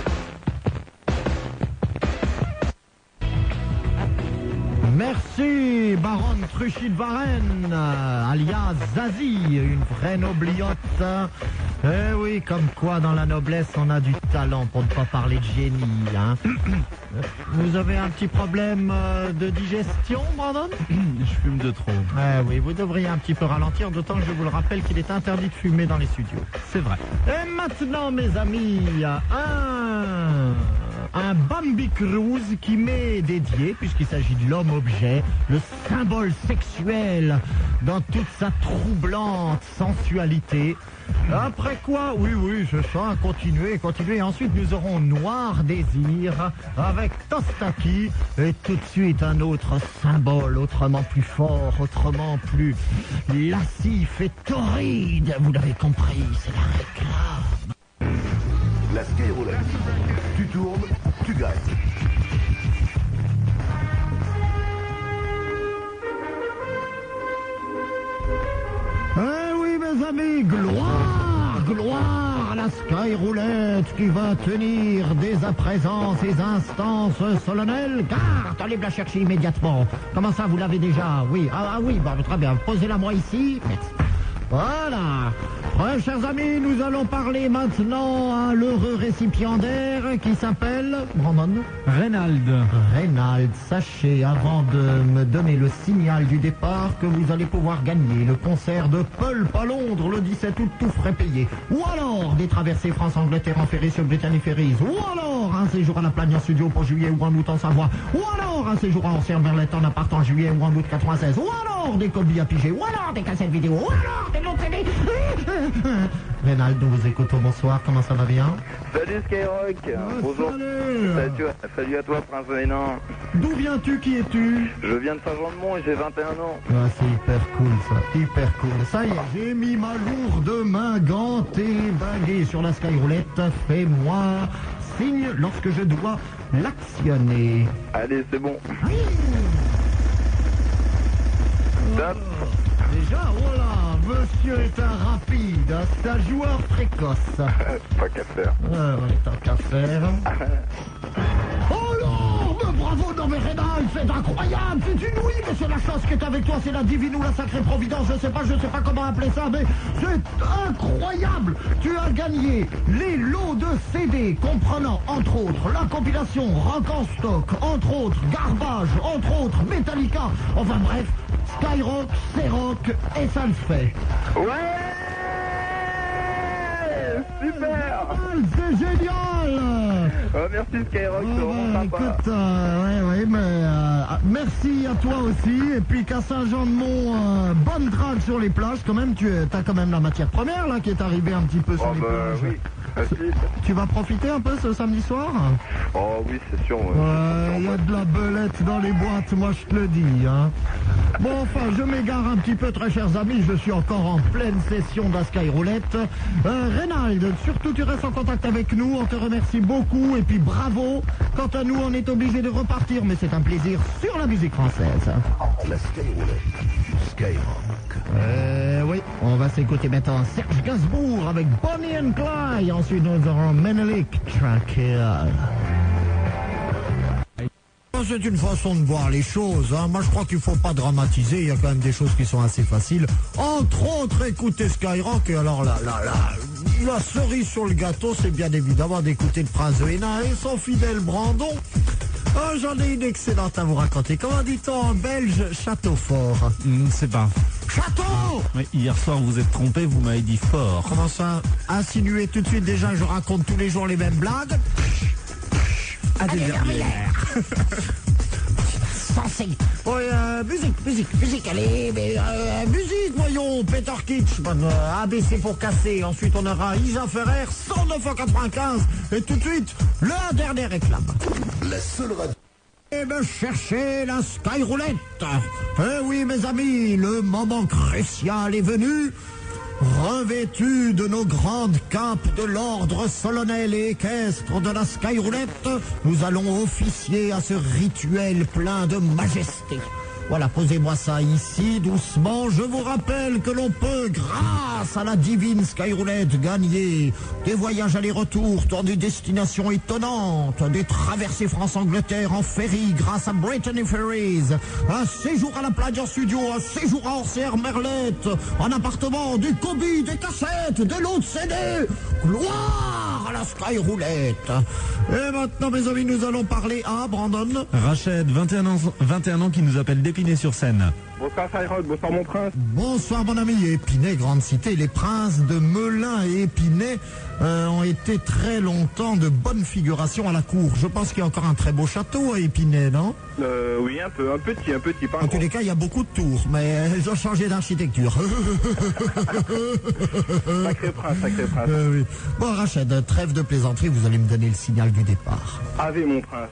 Merci, baronne Truchy de Varennes, alias Zazie, une vraie nobliote. Eh oui, comme quoi dans la noblesse on a du talent, pour ne pas parler de génie. Hein. Vous avez un petit problème de digestion, Brandon? Je fume de trop. Eh oui, vous devriez un petit peu ralentir, d'autant que je vous le rappelle qu'il est interdit de fumer dans les studios. C'est vrai. Et maintenant, mes amis, un Bambi Cruise qui m'est dédié, puisqu'il s'agit de l'homme-objet, le symbole sexuel dans toute sa troublante sensualité. Après quoi, oui, je sens, continuez. Ensuite, nous aurons Noir Désir avec Tostaki. Et tout de suite, un autre symbole, autrement plus fort, autrement plus lascif et torride. Vous l'avez compris, c'est la réclame. La Skyroulette. Tu tournes, tu gagnes. Eh oui, mes amis, gloire à la Skyroulette qui va tenir dès à présent ses instances solennelles. Garde, allez me la chercher immédiatement. Comment ça, vous l'avez déjà? Oui, oui, bon, très bien. Posez-la moi ici. Merci. Voilà. Ouais, chers amis, nous allons parler maintenant à l'heureux récipiendaire qui s'appelle... Brandon? Reynald. Sachez, avant de me donner le signal du départ, que vous allez pouvoir gagner le concert de Pulp à Londres le 17 août, tout frais payé. Ou alors des traversées France-Angleterre en ferry sur Brittany Ferries. Ou alors un séjour à la Plagne en studio pour juillet ou en août en Savoie. Ou alors un séjour à Orsières-Merlette en appart en juillet ou en août 96. Ou alors des colis à piger. Ou alors des cassettes vidéo. Ou alors des lots CD. Reynald, nous vous écoutons. Bonsoir, comment ça va bien? Salut Skyrock. Bonjour. Salut à toi, Prince Hénin. D'où viens-tu? Qui es-tu? Je viens de Saint-Jean-de-Mont et j'ai 21 ans. Ah, c'est hyper cool ça, hyper cool. Ça y est, j'ai mis ma lourde main gantée, baguée sur la Skyroulette. Fais-moi signe lorsque je dois l'actionner. Allez, c'est bon. Oui. Top. Déjà, voilà, monsieur est un rapide, hein, c'est un joueur précoce. Pas qu'à faire. Ouais, tant qu'à faire. Oh non, mais bravo, non mais Rénal, c'est incroyable, c'est inouï, mais c'est la chance qui est avec toi, c'est la divine ou la sacrée providence, je sais pas comment appeler ça, mais c'est incroyable. Tu as gagné les lots de CD comprenant, entre autres, la compilation Rock en stock, entre autres, Garbage, entre autres, Metallica, enfin bref, Skyrock, c'est rock, et ça le fait. Ouais, super. C'est génial. Oh, merci Skyrock, c'est vraiment sympa. Écoute, ouais, mais merci à toi aussi. Et puis qu'à Saint-Jean-de-Mont, bonne drague sur les plages. Quand même, t'as quand même la matière première là qui est arrivée un petit peu sur les plages. Oui. Facile. Tu vas profiter un peu ce samedi soir? Oh oui, c'est sûr. Il y a de la belette dans les boîtes, moi je te le dis. Hein. Bon, enfin, je m'égare un petit peu, très chers amis. Je suis encore en pleine session de la Skyroulette. Reynald, surtout tu restes en contact avec nous. On te remercie beaucoup et puis bravo. Quant à nous, on est obligé de repartir, mais c'est un plaisir sur la musique française. La Skyroulette. Skyrock. Oui, on va s'écouter maintenant Serge Gainsbourg avec Bonnie and Clyde. Ensuite, nous aurons Menelik Tracker. C'est une façon de voir les choses. Hein. Moi, je crois qu'il ne faut pas dramatiser. Il y a quand même des choses qui sont assez faciles. Entre autres, écouter Skyrock. Et alors la cerise sur le gâteau, c'est bien évidemment d'écouter le Prince de Hénin et son fidèle Brandon. J'en ai une excellente à vous raconter. Comment dit-on en belge, château fort? C'est pas. Château! Oui, hier soir, vous êtes trompé, vous m'avez dit fort. Comment ça? Insinuer tout de suite déjà, je raconte tous les jours les mêmes blagues. Allez, Sensé. Oui, musique, allez, mais musique, voyons, Peter Kitsch, ABC pour casser, ensuite on aura Isa Ferrer, 109,95, et tout de suite, la dernière réclame. La seule radio. Et me chercher la Skyroulette. Eh oui, mes amis, le moment crucial est venu. Revêtus de nos grandes capes de l'ordre solennel et équestre de la Skyroulette, nous allons officier à ce rituel plein de majesté. Voilà, posez-moi ça ici, doucement. Je vous rappelle que l'on peut, grâce à la divine Skyroulette, gagner des voyages aller-retour dans des destinations étonnantes, des traversées France-Angleterre en ferry grâce à Brittany Ferries, un séjour à la plage en studio, un séjour à Orsières Merlette, un appartement, du Kobe, des cassettes, des lots de CD. Gloire à la Skyroulette. Et maintenant, mes amis, nous allons parler à Brandon. Rachid, 21 ans qui nous appelle d'Épinay-sur-Seine. Bonsoir Skyrock, bonsoir mon prince. Bonsoir mon ami. Épinay, grande cité. Les princes de Melun et Épinay ont été très longtemps de bonne figuration à la cour. Je pense qu'il y a encore un très beau château à Épinay, non? Oui, un petit, pas En tous les cas, il y a beaucoup de tours, mais elles ont changé d'architecture. Sacré prince. Oui. Bon, Rachid, trêve de plaisanterie, vous allez me donner le signal du départ. Ave mon prince.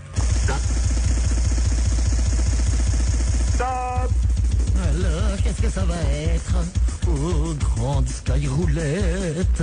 Stop. Alors, qu'est-ce que ça va être? Oh, grande Skyroulette.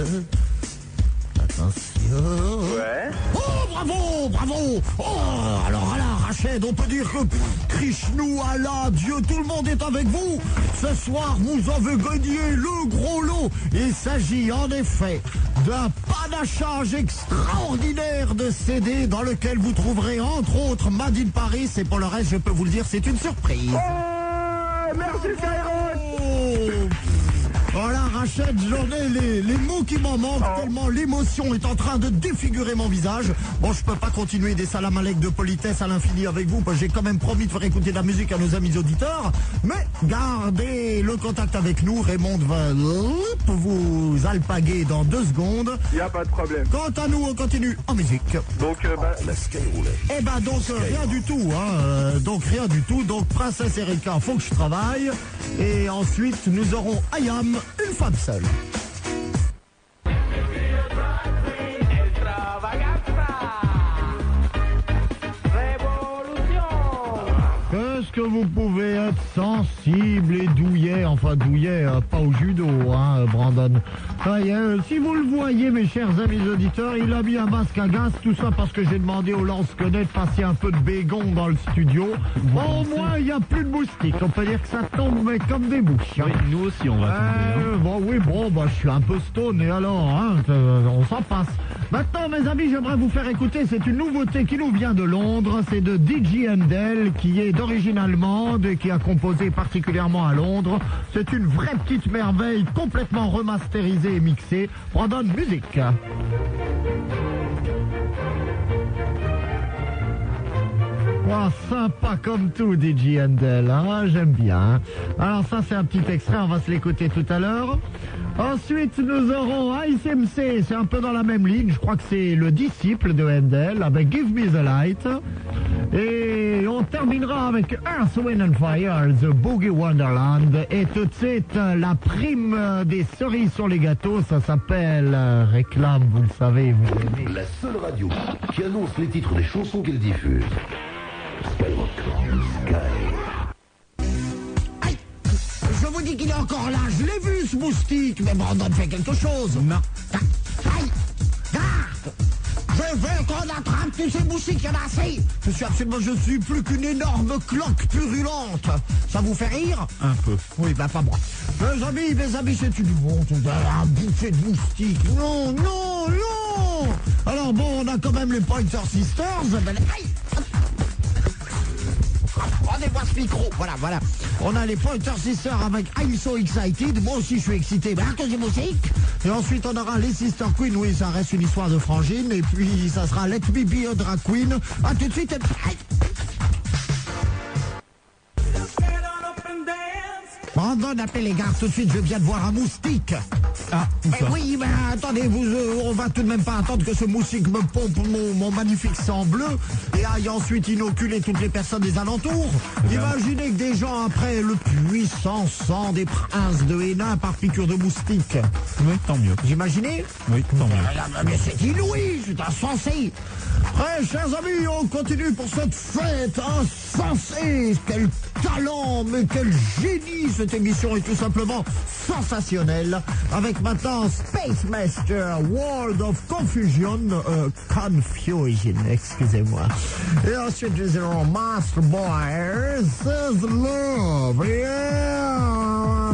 Attention. Ouais. Oh, bravo. Oh, alors là, Rachid, on peut dire que Krishnou, Allah, Dieu, tout le monde est avec vous. Ce soir, vous avez gagné le gros lot. Il s'agit en effet d'un panachage extraordinaire de CD dans lequel vous trouverez entre autres Made in Paris. Et pour le reste, je peux vous le dire, c'est une surprise. Oh, merci Skyrock. Oh. Voilà, Rachid, j'en ai les mots qui m'en manquent, tellement l'émotion est en train de défigurer mon visage. Bon, je peux pas continuer des salam alek de politesse à l'infini avec vous, parce que j'ai quand même promis de faire écouter de la musique à nos amis auditeurs. Mais gardez le contact avec nous, Raymond va vous alpaguer dans 2 secondes. Y a pas de problème. Quant à nous, on continue en musique. Donc, La Skyroulette. Eh ben donc rien du tout, hein. Donc rien du tout. Donc Princesse Erika, faut que je travaille. Et ensuite nous aurons Ayam, une femme seule. Qu'est-ce que vous pouvez être sensible et douillet, enfin douillet, pas au judo, hein, Brandon. Si vous le voyez, mes chers amis auditeurs, il a mis un masque à gaz, tout ça parce que j'ai demandé au lance-connaître de passer un peu de bégon dans le studio. Bon, au moins, il n'y a plus de moustiques. On peut dire que ça tombe mais comme des mouches. Oui, nous aussi, on va tomber. Bon, oui, Oh, bah, je suis un peu stone, et alors, hein, on s'en passe. Maintenant, mes amis, j'aimerais vous faire écouter, c'est une nouveauté qui nous vient de Londres, c'est de DJ Handel, qui est d'origine allemande et qui a composé particulièrement à Londres. C'est une vraie petite merveille, complètement remasterisée et mixée. Brandon, musique. Oh, sympa comme tout, DJ Handel, hein, j'aime bien. Alors ça, c'est un petit extrait, on va se l'écouter tout à l'heure. Ensuite, nous aurons Ice MC, c'est un peu dans la même ligne, je crois que c'est le disciple de Handel, avec Give Me the Light. Et on terminera avec Earth, Wind and Fire, The Boogie Wonderland. Et tout de suite, la prime des cerises sur les gâteaux, ça s'appelle Réclame, vous le savez, vous aimez. La seule radio qui annonce les titres des chansons qu'elle diffuse. Skyrock. Sky. Aïe, je vous dis qu'il est encore là, je l'ai vu ce moustique, mais Brandon fait quelque chose. Non. Aïe, garde, je veux qu'on attrape tous ces moustiques, il y en a assez. Je suis plus qu'une énorme cloque purulente. Ça vous fait rire? Un peu. Oui, bah pas moi. Mes amis, c'est une honte, un bouffée de moustiques. Non, non, non. Alors bon, on a quand même les Pointer Sisters. Aïe. Rendez-moi ce micro, voilà. On a les Pointer Sisters avec I'm So Excited. Moi aussi, je suis excité. À cause des musiques. Et ensuite, on aura les Sister Queen. Oui, ça reste une histoire de frangine. Et puis, ça sera Let Me Be a Drag Queen. À tout de suite. Aïe. Brandon, appelle les gars tout de suite, je viens de voir un moustique. Ah, où ça? Oui, mais attendez, on va tout de même pas attendre que ce moustique me pompe mon magnifique sang bleu et aille ensuite inoculer toutes les personnes des alentours. Imaginez que des gens après le puissant sang des princes de Hénin par piqûre de moustique. Oui, tant mieux. Vous imaginez? Oui, tant mieux. Mais c'est inouï, c'est insensé. Ouais, chers amis, on continue pour cette fête insensée. Quel talent, mais quel génie. Cette émission est tout simplement sensationnelle. Avec maintenant Space Master, World of Confusion, excusez-moi. Et ensuite, nous aurons Master Boy, Says Love. Yeah.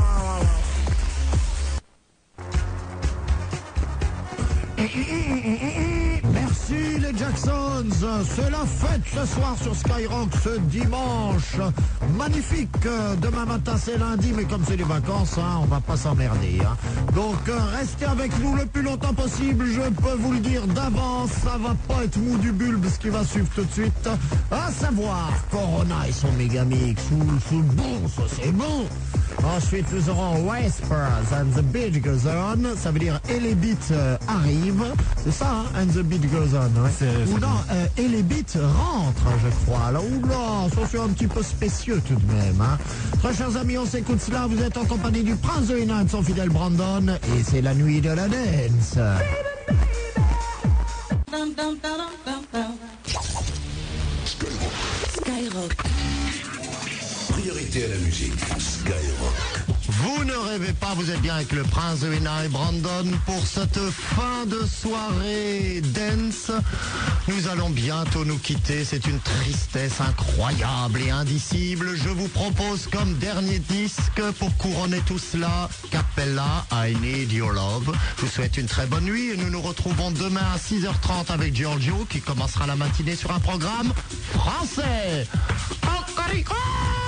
Merci les Jacksons, c'est la fête ce soir sur Skyrock ce dimanche. Magnifique, demain matin c'est lundi, mais comme c'est les vacances, hein, on va pas s'emmerder. Hein. Donc restez avec nous le plus longtemps possible, je peux vous le dire d'avance, ça va pas être mou du bulbe ce qui va suivre tout de suite. À savoir, Corona et son Megamix, c'est bon, ça c'est bon. Ensuite, nous aurons Whispers and the Beat Goes On. Ça veut dire et les beats arrivent. C'est ça, hein, and the beat goes on. Ouais. Ou non, et les beats rentrent, je crois. Alors, oula, ça c'est un petit peu spécieux tout de même. Hein. Très chers amis, on s'écoute cela. Vous êtes en compagnie du Prince de Hénin, son fidèle Brandon. Et c'est la nuit de la dance. Skyrock. Priorité à la musique. Skyrock. Vous ne rêvez pas, vous êtes bien avec le Prince de Hénin et Brandon pour cette fin de soirée dance. Nous allons bientôt nous quitter, c'est une tristesse incroyable et indicible. Je vous propose comme dernier disque pour couronner tout cela, Capella, I Need Your Love. Je vous souhaite une très bonne nuit et nous nous retrouvons demain à 6h30 avec Giorgio qui commencera la matinée sur un programme français. Cocorico!